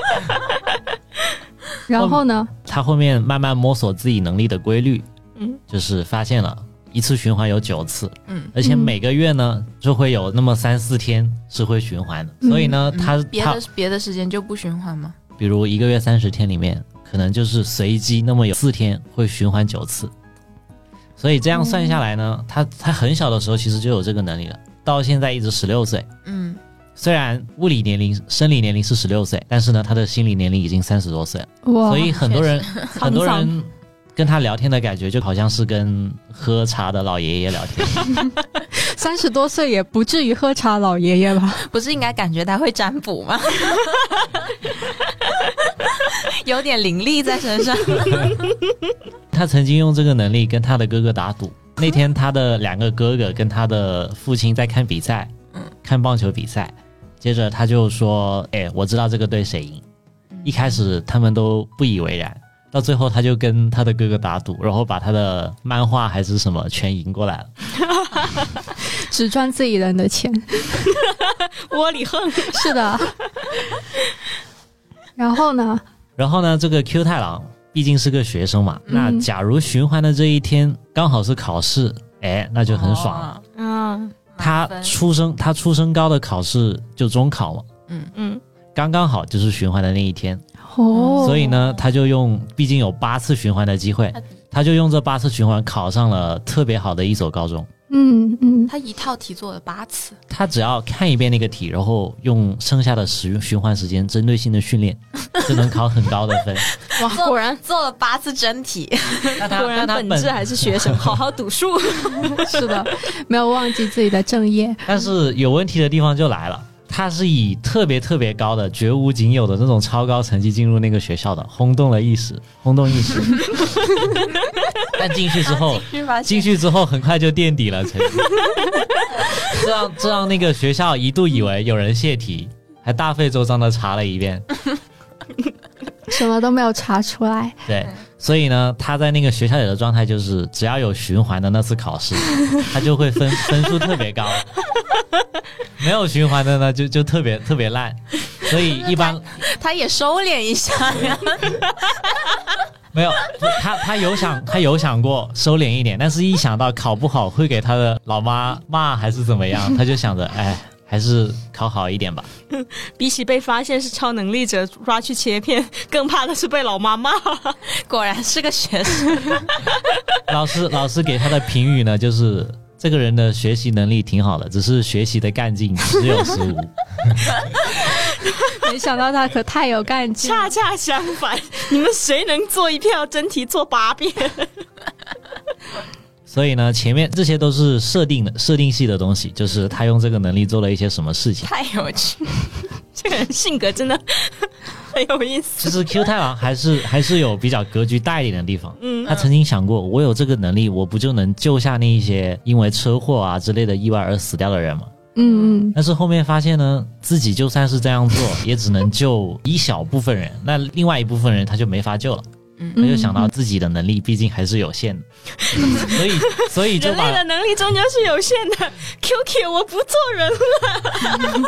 然后呢？ 他后面慢慢摸索自己能力的规律，就是发现了一次循环有9次，而且每个月呢就会有那么3-4天是会循环的，所以呢， 别的时间就不循环吗？ 比如1个月30天里面，可能就是随机那么有4天会循环9次，所以这样算下来呢，他很小的时候其实就有这个能力了，到现在一直16岁，虽然物理年龄、生理年龄是16岁，但是呢，他的心理年龄已经30多岁了。所以很多人跟他聊天的感觉，就好像是跟喝茶的老爷爷聊天。 30多岁也不至于喝茶老爷爷吧？ 不是应该感觉他会占卜吗？有点灵力在身上。 他曾经用这个能力跟他的哥哥打赌。那天他的2个哥哥跟他的父亲在看比赛，看棒球比赛。接着他就说我知道这个队谁赢。一开始他们都不以为然，到最后他就跟他的哥哥打赌，然后把他的漫画还是什么全赢过来了。 只赚自己人的钱。 窝里横。 是的。然后呢， 这个 Q 太郎毕竟是个学生嘛，那假如循环的这一天刚好是考试，那就很爽了。他出生高的考试就中考嘛，刚刚好就是循环的那一天，所以呢，他就用，毕竟有8次循环的机会，他就用这8次循环考上了特别好的一所高中。 他一套题做了8次， 他只要看一遍那个题，然后用剩下的循环时间针对性的训练，就能考很高的分。 哇，果然做了8次真题。 果然本质还是学生，好好读书。 是的，没有忘记自己的正业。 但是有问题的地方就来了， 他是以特别特别高的绝无仅有的那种超高成绩进入那个学校的，轰动一时。但进去之后很快就垫底了成绩。这让那个学校一度以为有人泄题，还大费周章的查了一遍， 什么都没有查出来。 对，所以呢，他在那个学校里的状态就是，只要有循环的那次考试，他就会分数特别高；没有循环的呢，就特别烂。所以一般他也收敛一下呀。 没有，他有想过收敛一点，但是一想到考不好会给他的老妈骂还是怎么样，他就想着，哎，还是考好一点吧。 比起被发现是超能力者抓去切片，更怕的是被老妈骂。 果然是个学生。 老师给他的评语呢，就是这个人的学习能力挺好的，只是学习的干劲只有15。 没想到他可太有干劲。 恰恰相反，你们谁能做一票真题做8遍？ 所以呢，前面这些都是设定系的东西，就是他用这个能力做了一些什么事情。 太有趣， 这个人性格真的很有意思。 其实 Q 太郎还是有比较格局大一点的地方。他曾经想过，我有这个能力，我不就能救下那一些因为车祸啊之类的意外而死掉的人吗？但是后面发现呢，自己就算是这样做，也只能救一小部分人，那另外一部分人他就没法救了。他就想到自己的能力毕竟还是有限的，所以就把人类的能力终究是有限的。QQ 我不做人了。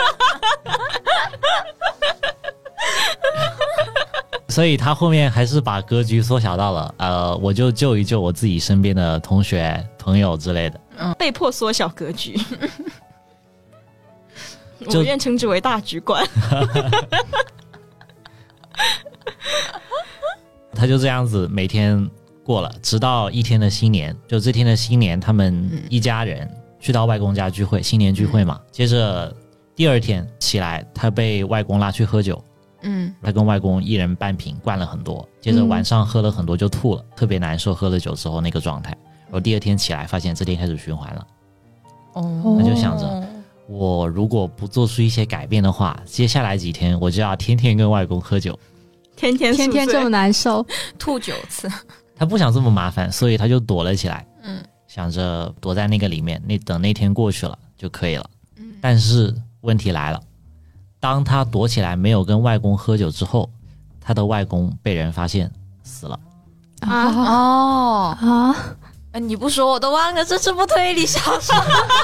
所以他后面还是把格局缩小到了我就救一救我自己身边的同学朋友之类的。 被迫缩小格局。我愿称之为大局观。 他就这样子每天过了，直到一天的新年，就这天的新年，他们一家人去到外公家聚会，新年聚会嘛。接着第二天起来，他被外公拉去喝酒，他跟外公一人半瓶，灌了很多。接着晚上喝了很多就吐了，特别难受，喝了酒之后那个状态。然后第二天起来，发现这天开始循环了。他就想着，我如果不做出一些改变的话，接下来几天我就要天天跟外公喝酒。 天天这么难受， 吐9次。 他不想这么麻烦，所以他就躲了起来，想着躲在那个里面，等那天过去了就可以了。但是问题来了，当他躲起来没有跟外公喝酒之后，他的外公被人发现死了。 你不说我都忘了，这部推理小说。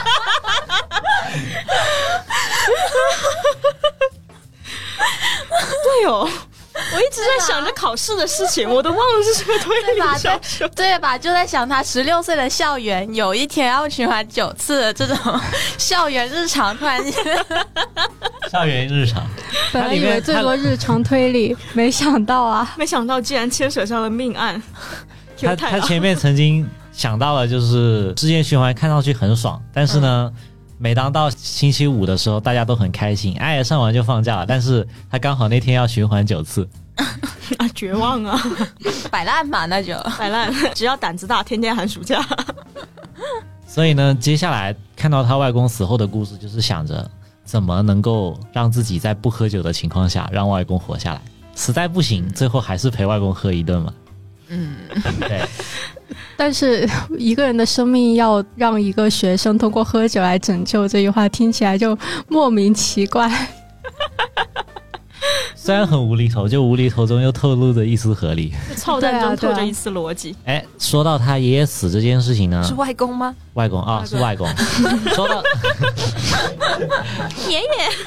对哦，我一直在想着考试的事情，我都忘了这是个推理小说。 对吧？就在想他16岁的校园，有一天要循环9次的这种校园日常，突然间校园日常。 本来以为最多日常推理，没想到竟然牵扯上了命案。 他前面曾经想到了，就是之前循环看上去很爽，但是呢，每当到星期五的时候，大家都很开心，上完就放假了。但是他刚好那天要循环9次， 绝望啊！ 摆烂嘛，那就摆烂，只要胆子大，天天寒暑假。 所以呢，接下来看到他外公死后的故事，就是想着怎么能够让自己在不喝酒的情况下让外公活下来。实在不行，最后还是陪外公喝一顿嘛。对。 但是一个人的生命要让一个学生通过喝酒来拯救，这句话听起来就莫名奇怪。 虽然很无厘头，就无厘头中又透露着一丝合理， 操蛋中透着一丝逻辑。 说到他爷爷死这件事情呢， 是外公吗？ 外公啊，是外公。说到爷爷。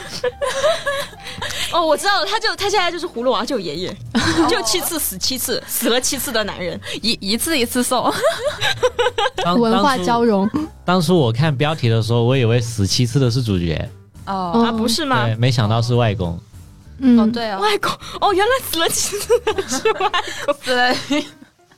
我知道了，他现在就是葫芦娃救爷爷，就7次死7次，死了7次的男人， 一次一次送。 文化交融。 当初我看标题的时候，我以为死7次的是主角。 不是吗？ 对，没想到是外公。 对哦， 外公原来死了7次的是外公。 对。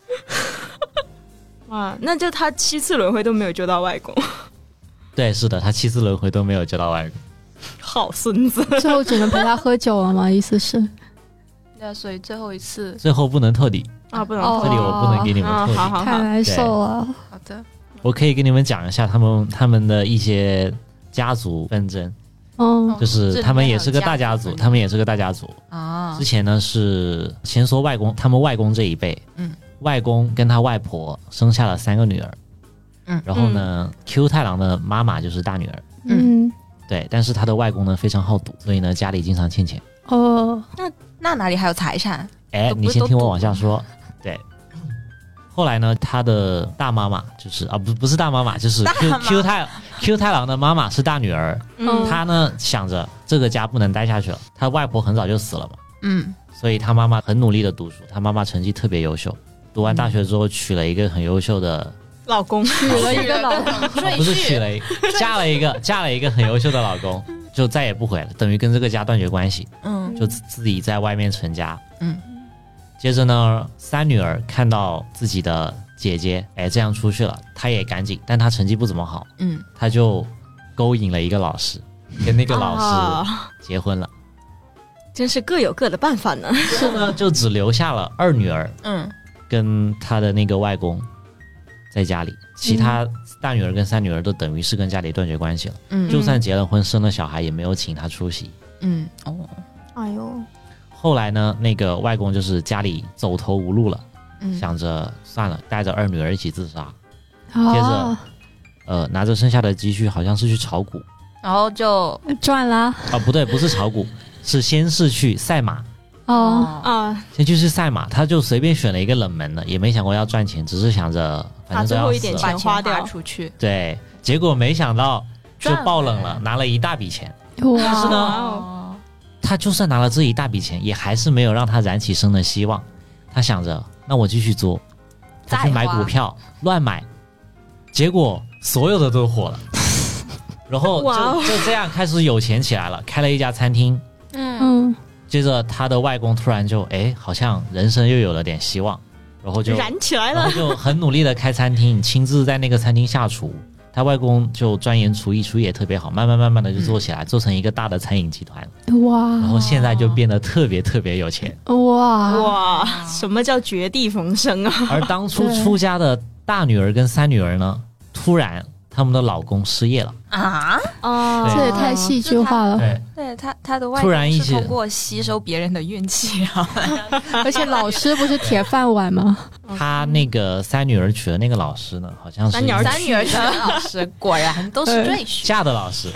哇，那就他7次轮回都没有救到外公。 对，是的，他7次轮回都没有救到外公。 好孙子。 最后只能陪他喝酒了吗？意思是？ 对，所以最后一次， 最后不能透底不能透底， 这里我不能给你们透底。 太难受了。 好的， 我可以跟你们讲一下他们的一些家族纷争。 就是他们也是个大家族，之前呢是先说外公，他们外公这一辈，外公跟他外婆生下了3个女儿，然后呢 Q 太郎的妈妈就是大女儿，对，但是他的外公呢非常好赌，所以呢家里经常欠钱。 那哪里还有财产？ 你先听我往下说。对，后来呢，他的大妈妈就是不是大妈妈，就是 Q 太郎的妈妈是大女儿。他呢想着这个家不能待下去了，他外婆很早就死了嘛。所以他妈妈很努力的读书，他妈妈成绩特别优秀，读完大学之后娶了一个很优秀的老公， 娶了一个老公， 不是娶了嫁了一个很优秀的老公，就再也不回了，等于跟这个家断绝关系。就自己在外面成家。接着呢，3女儿看到自己的姐姐这样出去了，她也赶紧，但她成绩不怎么好，她就勾引了一个老师，跟那个老师结婚了。 真是各有各的办法呢。 是呢，就只留下了2女儿，跟她的那个外公在家里，其他大女儿跟3女儿都等于是跟家里断绝关系了。就算结了婚生了小孩，也没有请她出席。 哎呦。 后来呢，那个外公就是家里走投无路了，想着算了，带着2女儿一起自杀。接着拿着剩下的积蓄，好像是去炒股， 然后就赚了。 不对，不是炒股，是先是去赛马。先去赛马，他就随便选了一个冷门的，也没想过要赚钱，只是想着反正都要死了， 把最后一点钱花掉出去。 对，结果没想到就爆冷了，拿了一大笔钱。但是呢，他就算拿了这一大笔钱，也还是没有让他燃起生的希望。他想着，那我继续做，他去买股票，乱买，结果所有的都火了，然后就这样开始有钱起来了，开了一家餐厅。接着他的外公突然就好像人生又有了点希望，然后就燃起来了， 然后就很努力的开餐厅，亲自在那个餐厅下厨。他外公就钻研厨艺，厨艺也特别好，慢慢的就做起来，做成一个大的餐饮集团。然后现在就变得特别特别有钱。 哇， 什么叫绝地逢生啊？ 而当初出家的大女儿跟3女儿呢，突然他们的老公失业了。 这也太戏剧化了。 对，他的外公是通过吸收别人的运气啊。 而且老师不是铁饭碗吗？ 他那个3女儿娶的那个老师呢，好像是 3女儿娶的老师，果然都是赘婿。 嫁的老师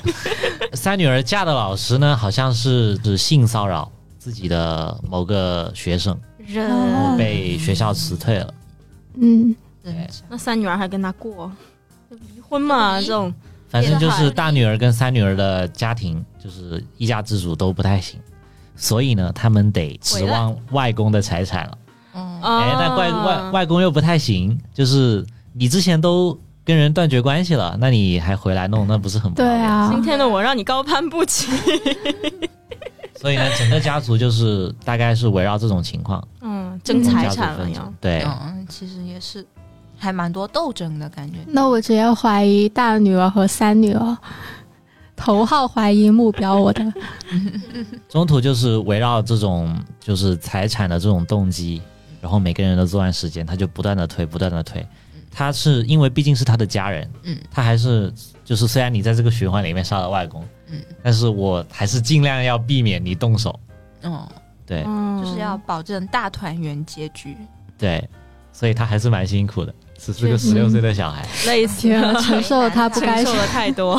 ，3女儿嫁的老师呢，好像是性骚扰自己的某个学生，然后被学校辞退了。 那3女儿还跟他过，离婚嘛？这种， 反正就是大女儿跟3女儿的家庭就是一家之主都不太行，所以呢，他们得指望外公的财产了。那外公又不太行，就是你之前都跟人断绝关系了，那你还回来弄，那不是很不好？ 对啊， 今天的我让你高攀不起。 所以呢，整个家族就是大概是围绕这种情况， 争财产了要。 对， 其实也是还蛮多斗争的感觉。 那我直接怀疑大女儿和3女儿，头号怀疑目标我的。 中途就是围绕这种就是财产的这种动机，然后每个人的作案时间，他就不断的推。他是因为毕竟是他的家人，他还是就是虽然你在这个循环里面杀了外公，但是我还是尽量要避免你动手。对， 就是要保证大团圆结局。 对，所以他还是蛮辛苦的，只是个16岁的小孩， 累死了， 承受了他不该承受的太多。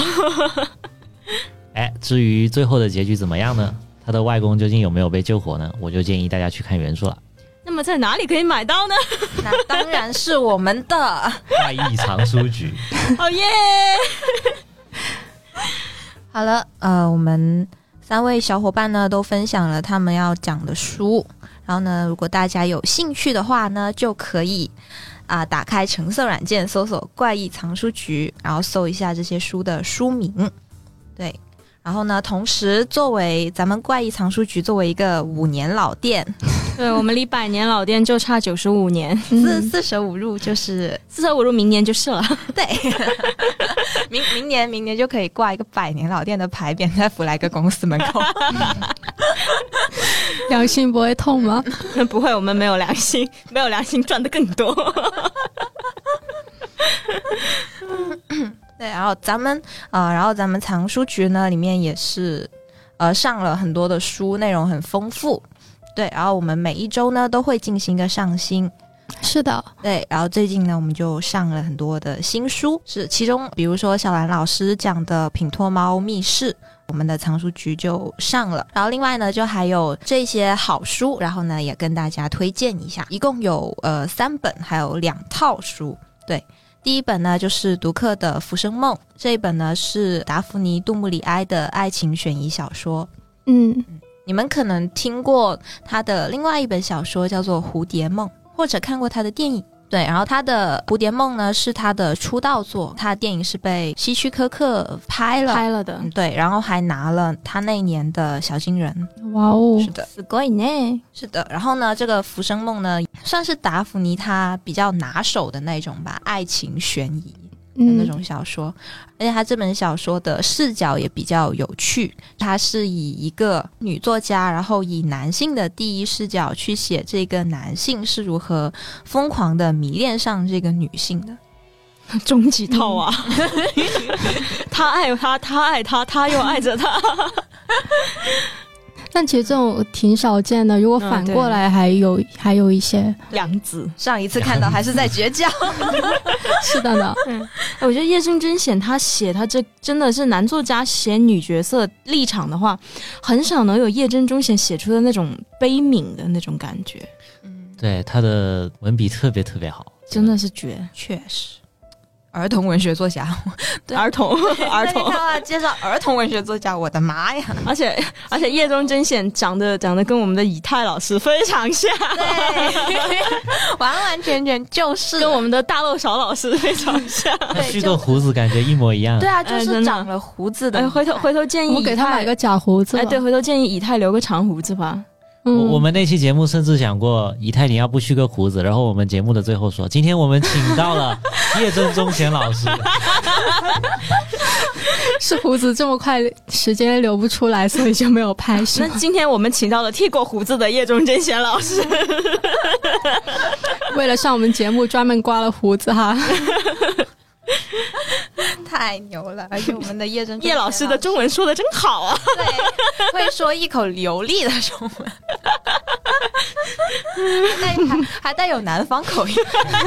至于最后的结局怎么样呢？他的外公究竟有没有被救活呢？我就建议大家去看原著了。 那么在哪里可以买到呢？ 那当然是我们的怪异藏书局。 哦耶！ 好了，我们3位小伙伴呢都分享了他们要讲的书，然后呢，如果大家有兴趣的话呢，就可以打开橙色软件搜索怪异藏书局，然后搜一下这些书的书名。对，然后呢，同时作为咱们怪异藏书局作为一个5年老店， 对，我们离100年老店就差95年 ，4舍5入就是 4舍5入，明年就是了。 对，明年就可以挂一个100年老店的牌匾在福莱格公司门口。 良心不会痛吗？ 不会，我们没有良心，没有良心赚的更多。 对，然后咱们藏书局呢里面也是上了很多的书，内容很丰富。对，然后我们每一周呢都会进行一个上新。 是的， 对，然后最近呢我们就上了很多的新书，是其中比如说小兰老师讲的品托猫密室，我们的藏书局就上了。然后另外呢就还有这些好书，然后呢也跟大家推荐一下，一共有3本还有2套书。对，第一本呢就是读客的《浮生梦》，这一本呢是达芙妮·杜穆里埃的爱情悬疑小说。你们可能听过他的另外一本小说叫做《蝴蝶梦》，或者看过他的电影。对，然后他的《蝴蝶梦》呢是他的出道作，他的电影是被希区柯克拍了的。对，然后还拿了他那年的小金人。 哇哦， 是的， すごいね。 是的，然后呢这个《浮生梦》呢算是达芙妮她比较拿手的那种吧，爱情悬疑的那种小说。而且他这本小说的视角也比较有趣，他是以一个女作家，然后以男性的第一视角去写这个男性是如何疯狂的迷恋上这个女性的。 终极套啊他爱他，他爱他，他又爱着他但其实这种挺少见的，如果反过来还有一些梁子， 上一次看到还是在绝交是的呢。 我觉得叶正真显他这真的是男作家写女角色立场的话，很少能有叶真中显写出的那种悲悯的那种感觉。 对，他的文笔特别特别好， 真的是绝， 确实。儿童文学作家， 儿童介绍儿童文学作家，我的妈呀！ 而且叶中真显长得跟我们的以太老师非常像， 对，完完全全就是跟我们的大漏勺老师非常像。 蓄个胡子感觉一模一样。 对啊，就是长了胡子的。 回头建议我给他买个假胡子。 对，回头建议以太留个长胡子吧。 我们那期节目甚至想过，以太你要不蓄个胡子，然后我们节目的最后说，今天我们请到了叶真中显老师是胡子这么快时间留不出来，所以就没有拍摄。 那今天我们请到了剃过胡子的叶中真显老师为了上我们节目专门刮了胡子哈太牛了！而且我们的叶老师的中文说的真好啊， 对，会说一口流利的中文还带有南方口音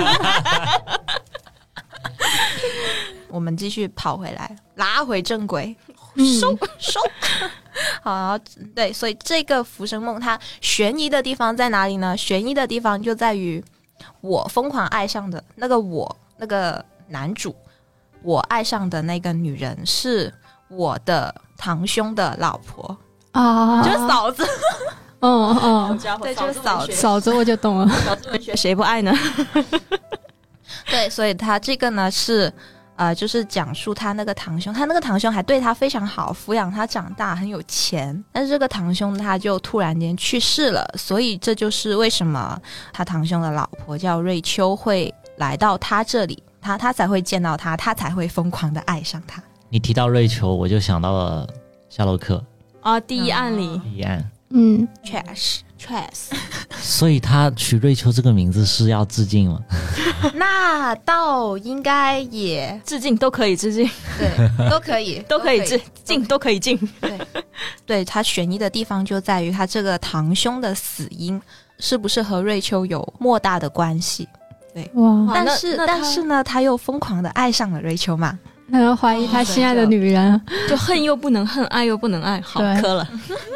我们继续跑回来，拉回正轨，收好，对，所以这个《浮生梦》它悬疑的地方在哪里呢？悬疑的地方就在于我疯狂爱上的那个男主，我爱上的那个女人是我的堂兄的老婆啊，就是嫂子。对，就是嫂子，我就懂了。 嫂子文学谁不爱呢？ 对，所以他这个呢是就是讲述他那个堂兄还对他非常好，抚养他长大，很有钱。但是这个堂兄他就突然间去世了，所以这就是为什么他堂兄的老婆叫瑞秋会来到他这里。他才会见到他才会疯狂的爱上他。 你提到瑞秋，我就想到了夏洛克啊，第一案里， 第一案， trash， 所以他取瑞秋这个名字是要致敬吗？ 那倒应该也致敬，都可以致敬， 对，都可以， 都可以致敬，都可以敬。 对，他悬疑的地方就在于他这个堂兄的死因是不是和瑞秋有莫大的关系。对，哇！但是呢，他又疯狂的爱上了瑞秋嘛， 那人怀疑他心爱的女人， 就恨又不能恨，爱又不能爱，好磕了。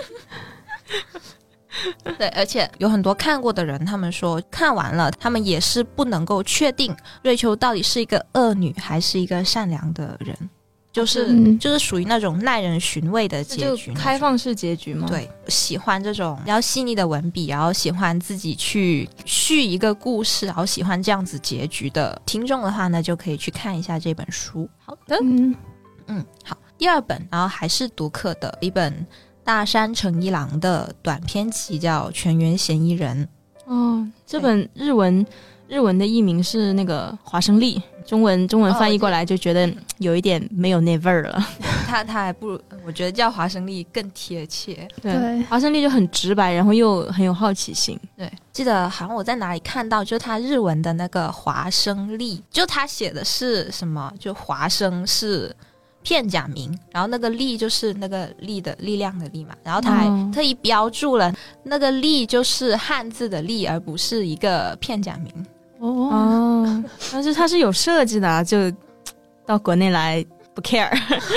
对，而且有很多看过的人，他们说看完了，他们也是不能够确定瑞秋到底是一个恶女还是一个善良的人。就是属于那种耐人寻味的结局， 开放式结局吗？ 对，喜欢这种比较细腻的文笔，然后喜欢自己去续一个故事，然后喜欢这样子结局的听众的话呢，就可以去看一下这本书。好的，好，第二本，然后还是读客的一本大山诚一郎的短篇集，叫《全员嫌疑人》。 这本日文的译名是那个华生丽，中文翻译过来就觉得有一点没有那味儿了。 他还不如我觉得叫华生丽更贴切。 对，华生丽就很直白，然后又很有好奇心。 对，记得好像我在哪里看到，就他日文的那个华生丽，就他写的是什么，就华生是片假名，然后那个力就是那个力的力量的力嘛，然后他还特意标注了那个力就是汉字的力，而不是一个片假名。 哦，但是他是有设计的，就到国内来不 care。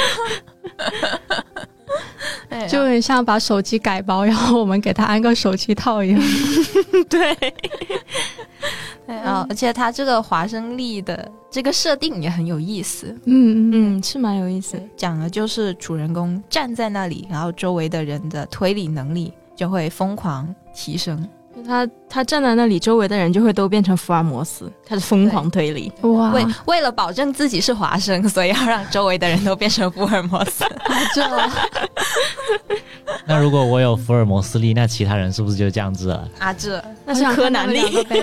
就有点像把手机改包，然后我们给他安个手机套一样。 对。 对啊，而且他这个华生丽的这个设定也很有意思。 是蛮有意思。 讲的就是主人公站在那里，然后周围的人的推理能力就会疯狂提升。 他站在那里，周围的人就会都变成福尔摩斯，开始疯狂推理。 哇！ 为了保证自己是华生，所以要让周围的人都变成福尔摩斯。 那如果我有福尔摩斯力，那其他人是不是就这样子了？ 那是柯南力。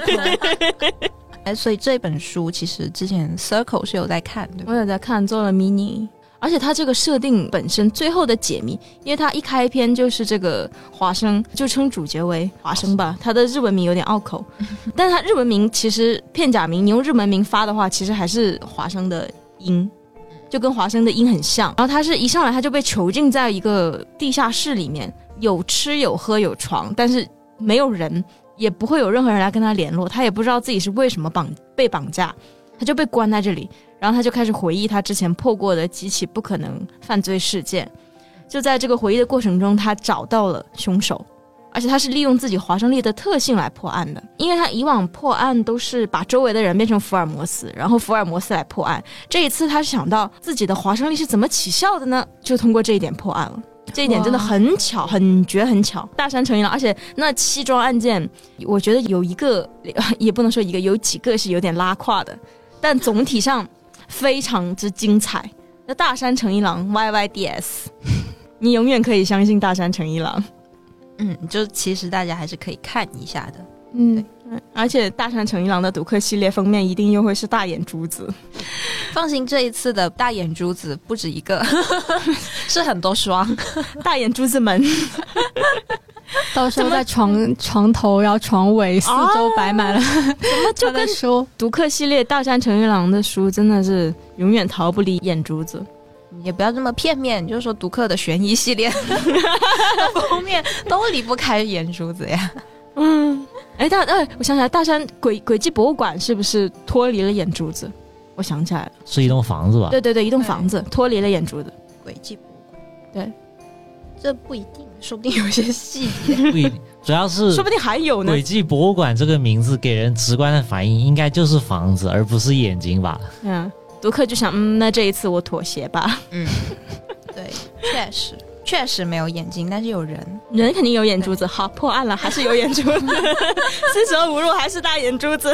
所以这本书其实之前 Circle 是有在看，对吧？ 我有在看，做了 mini。而且它这个设定本身最后的解谜，因为它一开篇就是这个华生，就称主角为华生吧，他的日文名有点拗口，但是他日文名其实片假名，你用日文名发的话，其实还是华生的音，就跟华生的音很像。然后他是一上来他就被囚禁在一个地下室里面，有吃有喝有床，但是没有人，也不会有任何人来跟他联络，他也不知道自己是为什么被绑架，他就被关在这里。然后他就开始回忆他之前破过的几起不可能犯罪事件，就在这个回忆的过程中，他找到了凶手，而且他是利用自己华生力的特性来破案的，因为他以往破案都是把周围的人变成福尔摩斯，然后福尔摩斯来破案，这一次他想到自己的华生力是怎么起效的呢？就通过这一点破案了。这一点真的很巧，很绝，很巧。大山诚一郎，而且那7桩案件，我觉得有一个，也不能说一个，有几个是有点拉胯的，但总体上非常之精彩。那大山诚一郎 YYDS 你永远可以相信大山诚一郎。 就其实大家还是可以看一下的。 对，而且大山诚一郎的读客系列封面一定又会是大眼珠子。 放心，这一次的大眼珠子不止一个，是很多双大眼珠子们。 到时候在床头，然后床尾四周摆满了， 怎么就跟读客系列大山诚一郎的书真的是永远逃不离眼珠子。 也不要这么片面，就是说读客的悬疑系列封面都离不开眼珠子呀。 我想起来，大山轨迹博物馆是不是脱离了眼珠子？我想起来了， 是一栋房子吧？ 对，一栋房子脱离了眼珠子。 轨迹博物馆， 对， 这不一定，说不定有一些细节。 不一定，主要是说不定还有呢。 轨迹博物馆这个名字给人直观的反应应该就是房子，而不是眼睛吧？ 读客就想，那这一次我妥协吧。 对，确实没有眼睛，但是有人肯定有眼珠子。好，破案了，还是有眼珠子。四舍五入还是大眼珠子。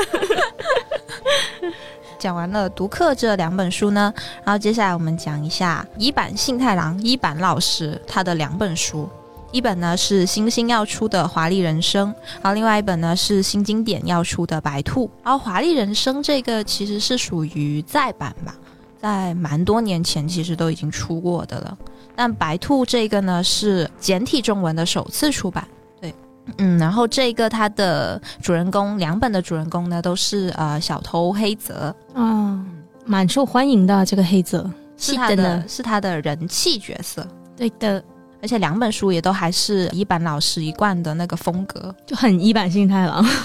讲完了读客这2本书呢，然后接下来我们讲一下伊坂幸太郎伊坂老师他的2本书。一本呢是新星要出的《华丽人生》，然后另外一本呢是新经典要出的《白兔》。然后《华丽人生》这个其实是属于再版吧，在蛮多年前其实都已经出过的了。但《白兔》这个呢是简体中文的首次出版。对，然后这个它的主人公2本的主人公呢都是小偷黑泽。 蛮受欢迎的这个黑泽， 是他的人气角色。 对的。 而且2本书也都还是伊坂老师一贯的那个风格， 就很伊坂幸太郎。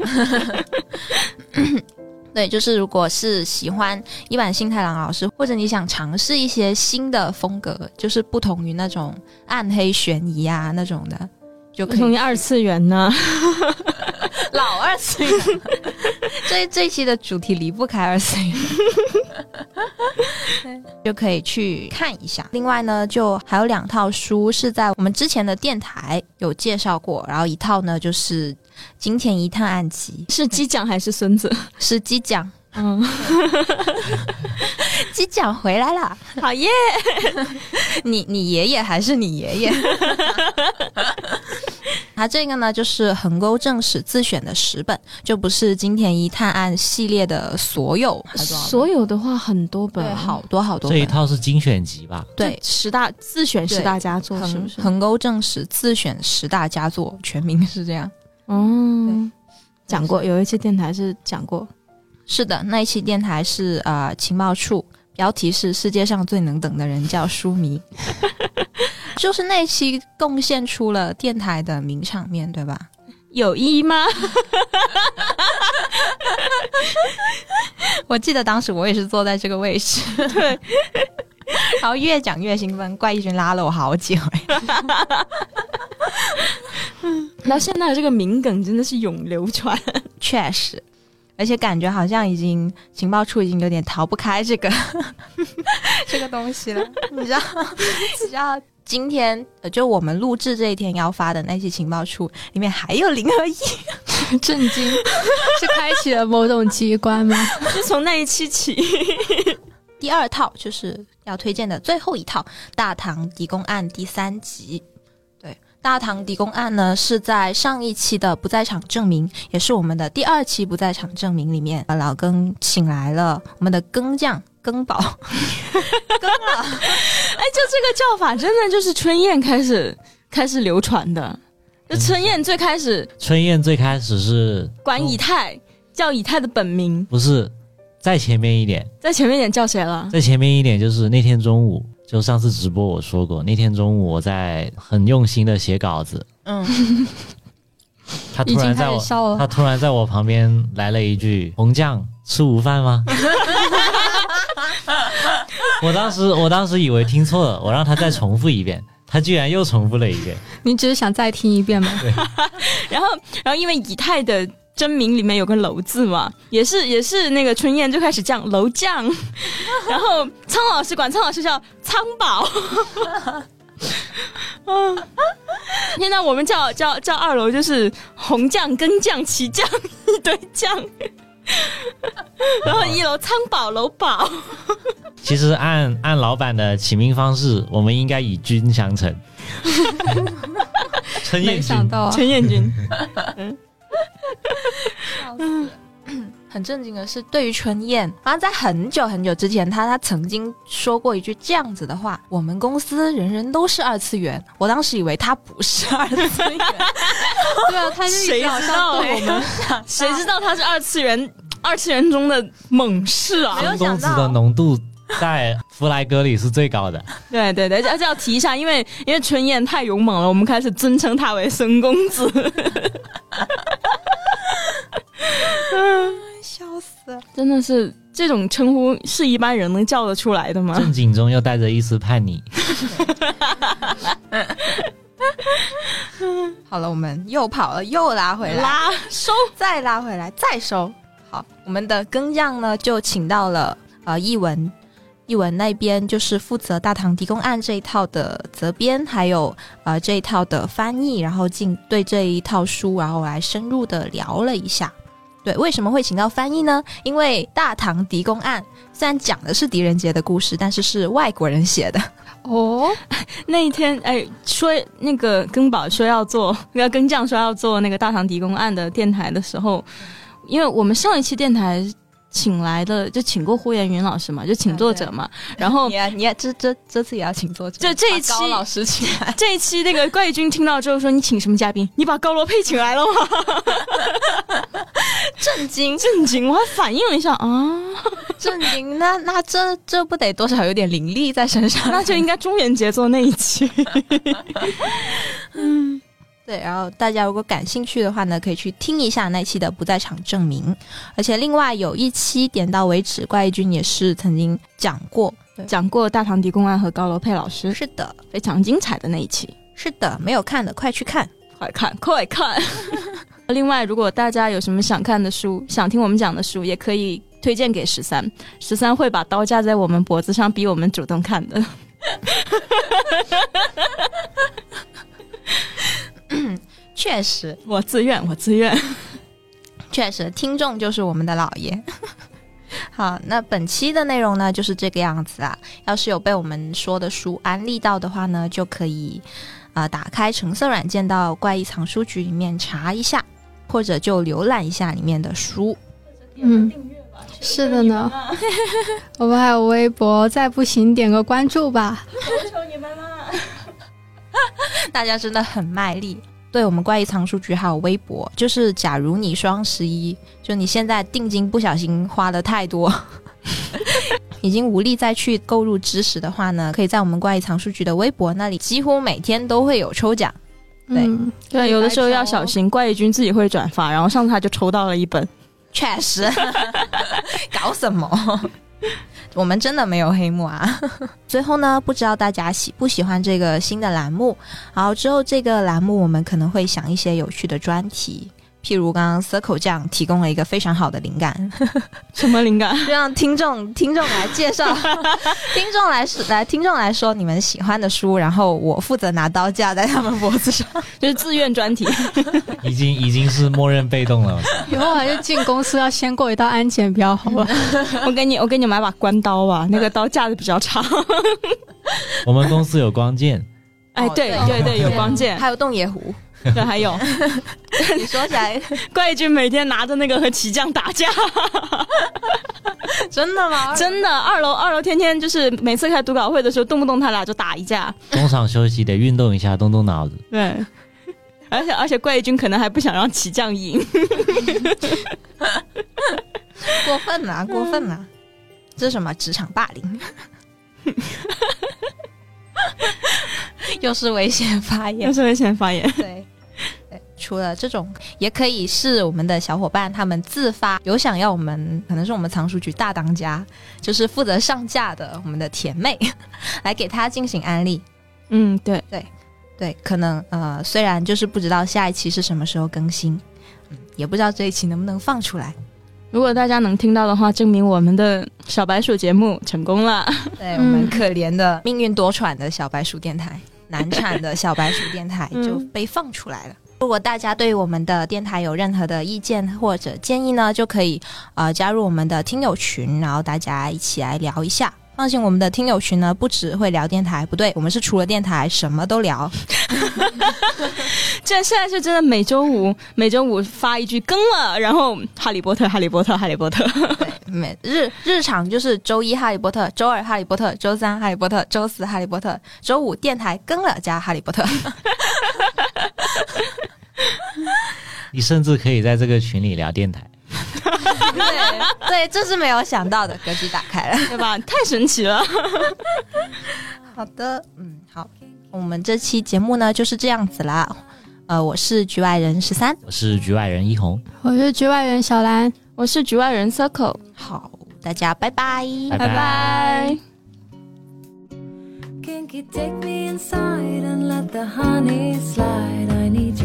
对，就是如果是喜欢伊坂幸太郎老师，或者你想尝试一些新的风格，就是不同于那种暗黑悬疑啊那种的，就可以不同于2次元呢。 老2次元。这一期的主题离不开2次元。就可以去看一下。另外呢，就还有2套书是在我们之前的电台有介绍过，然后一套呢就是金田一探案集。 是激奖还是孙子？ 是激奖。激奖回来了， 好耶！ 你爷爷还是你爷爷？ 它这个呢就是横沟正史自选的10本，就不是金田一探案系列的所有。 所有的话很多本， 对，好多好多本。这一套是精选集吧？ 对， 自选10大佳作，是不是？ 横沟正史自选10大佳作，全名是这样。 讲过，有一期电台是讲过。 是的，那一期电台是情报处，标题是世界上最能等的人叫书迷。就是那一期贡献出了电台的名场面，对吧？ 有意义吗？ 我记得当时我也是坐在这个位置， 对， 然后越讲越兴奋，怪异君拉了我好久。 然后现在这个名梗真的是永流传， 确实，而且感觉好像情报处已经有点逃不开这个这个东西了。你知道今天就我们录制这一天要发的那期情报处里面还有021， 震惊，是开启了某种机关吗？ 就从那一期起。 第2套就是要推荐的最后一套《大唐狄公案》第3集。对，《大唐狄公案》呢是在上一期的不在场证明，也是我们的第2期不在场证明里面，老庚请来了我们的庚将庚宝庚了。 就这个叫法真的就是春燕开始流传的。就春燕最开始是管以太，叫以太的本名， 不是再前面一点叫谁了？ 再前面一点就是那天中午，就上次直播我说过，那天中午我在很用心的写稿子，他突然在我旁边来了一句：“红酱吃午饭吗？”我当时以为听错了，我让他再重复一遍，他居然又重复了一遍。 你只是想再听一遍吗？ 对。 然后因为以太的真名里面有个楼字嘛，也是那个春燕就开始叫楼酱，然后苍老师管苍老师叫苍宝。现在我们叫2楼就是红酱、庚酱、齐酱，一堆酱。然后1楼苍宝、楼宝。 其实按老板的起名方式，我们应该以君相称。春燕君， 春燕君。 笑死。很震惊的是，对于春燕，好像在很久很久之前，他曾经说过一句这样子的话：我们公司人人都是2次元。我当时以为他不是2次元。 对啊，他就一直好像对我们， 谁知道他是2次元中的猛士啊！ 孙公子的浓度在弗莱格里是最高的。 对，而且要提一下，因为春燕太勇猛了，我们开始尊称他为孙公子。 笑死了， 真的是这种称呼是一般人能叫得出来的吗？ 正经中又带着一丝叛逆。 好了，我们又跑了，又拉回来，再拉回来，再收。好，我们的庚将呢就请到了译文那边，就是负责《大唐狄公案》这一套的责编，还有这一套的翻译，然后对这一套书然后来深入的聊了一下。对，为什么会请到翻译呢？因为《大唐狄公案》虽然讲的是狄仁杰的故事，但是外国人写的。 哦， 那一天说那个庚宝说要做，那个庚将说要做那个《大唐狄公案》的电台的时候，因为我们上一期电台请来的就请过胡延云老师嘛，就请作者嘛，然后你这次也要请作者， 就这一期高老师请来， 这一期那个怪异君听到之后说你请什么嘉宾？你把高罗佩请来了吗？震惊，我还反应了一下啊， 震惊，那这不得多少有点灵力在身上， 那就应该中元节做那一期。 对，然后大家如果感兴趣的话呢，可以去听一下那期的不在场证明。而且另外有一期点到为止，怪异君也是曾经讲过大唐狄公案和高罗佩老师， 是的， 非常精彩的那一期。 是的，没有看的快去看， 快看。另外如果大家有什么想看的书，想听我们讲的书，也可以推荐给13会把刀架在我们脖子上逼我们主动看的。 确实， 我自愿。 确实，听众就是我们的老爷。好，那本期的内容呢就是这个样子啦。要是有被我们说的书安利到的话呢，就可以打开橙色软件到怪异藏书局里面查一下，或者就浏览一下里面的书。 是的呢。我们还有微博，再不行点个关注吧。 求求你们了。 大家真的很卖力。对，我们怪异藏书局还有微博，就是假如你双11，就你现在定金不小心花的太多已经无力再去购入知识的话呢，可以在我们怪异藏书局的微博那里，几乎每天都会有抽奖。 对，有的时候要小心，怪异君自己会转发，然后上次他就抽到了一本。 确实搞什么我们真的没有黑幕啊最后呢，不知道大家喜不喜欢这个新的栏目，然后之后这个栏目我们可能会想一些有趣的专题，譬如刚刚 Circle 这样提供了一个非常好的灵感什么灵感？ 就让听众来介绍听众来说你们喜欢的书，然后我负责拿刀架在他们脖子上就是自愿专题已经是默认被动了以后还是进公司要先过一道安检比较好吧我给你买把关刀吧，那个刀架子比较长我们公司有光剑。 哎，对，有光剑， 还有洞爷湖对，还有你说起来怪异君每天拿着那个和骑将打架真的吗？ 真的，二楼天天就是每次开读稿会的时候，动不动他俩就打一架。 中场休息得运动一下，动动脑子。 对，而且怪异君可能还不想让骑将赢过分啊过分啊，这是什么职场霸凌又是危险发言对，除了这种也可以是我们的小伙伴他们自发有想要我们，可能是我们藏书局大当家，就是负责上架的我们的甜妹来给他进行安利。对，可能虽然就是不知道下一期是什么时候更新，也不知道这一期能不能放出来。 如果大家能听到的话，证明我们的小白鼠节目成功了。 对，我们可怜的命运多舛的小白鼠电台，难产的小白鼠电台就被放出来了。如果大家对我们的电台有任何的意见或者建议呢，就可以加入我们的听友群，然后大家一起来聊一下。放心，我们的听友群呢，不只会聊电台，不对，我们是除了电台什么都聊现在是真的每周五发一句更了，然后哈利波特对，日常就是周一哈利波特，周二哈利波特，周三哈利波特，周四哈利波特，周五电台更了加哈利波特你甚至可以在这个群里聊电台对，这是没有想到的，格局打开了， 对吧？太神奇了好的，好，我们这期节目呢就是这样子啦。我是局外人13， 我是局外人一红， 我是局外人小兰， 我是局外人 Circle。 好，大家拜拜拜拜。 Kinky, take me inside and let the honey slide. I need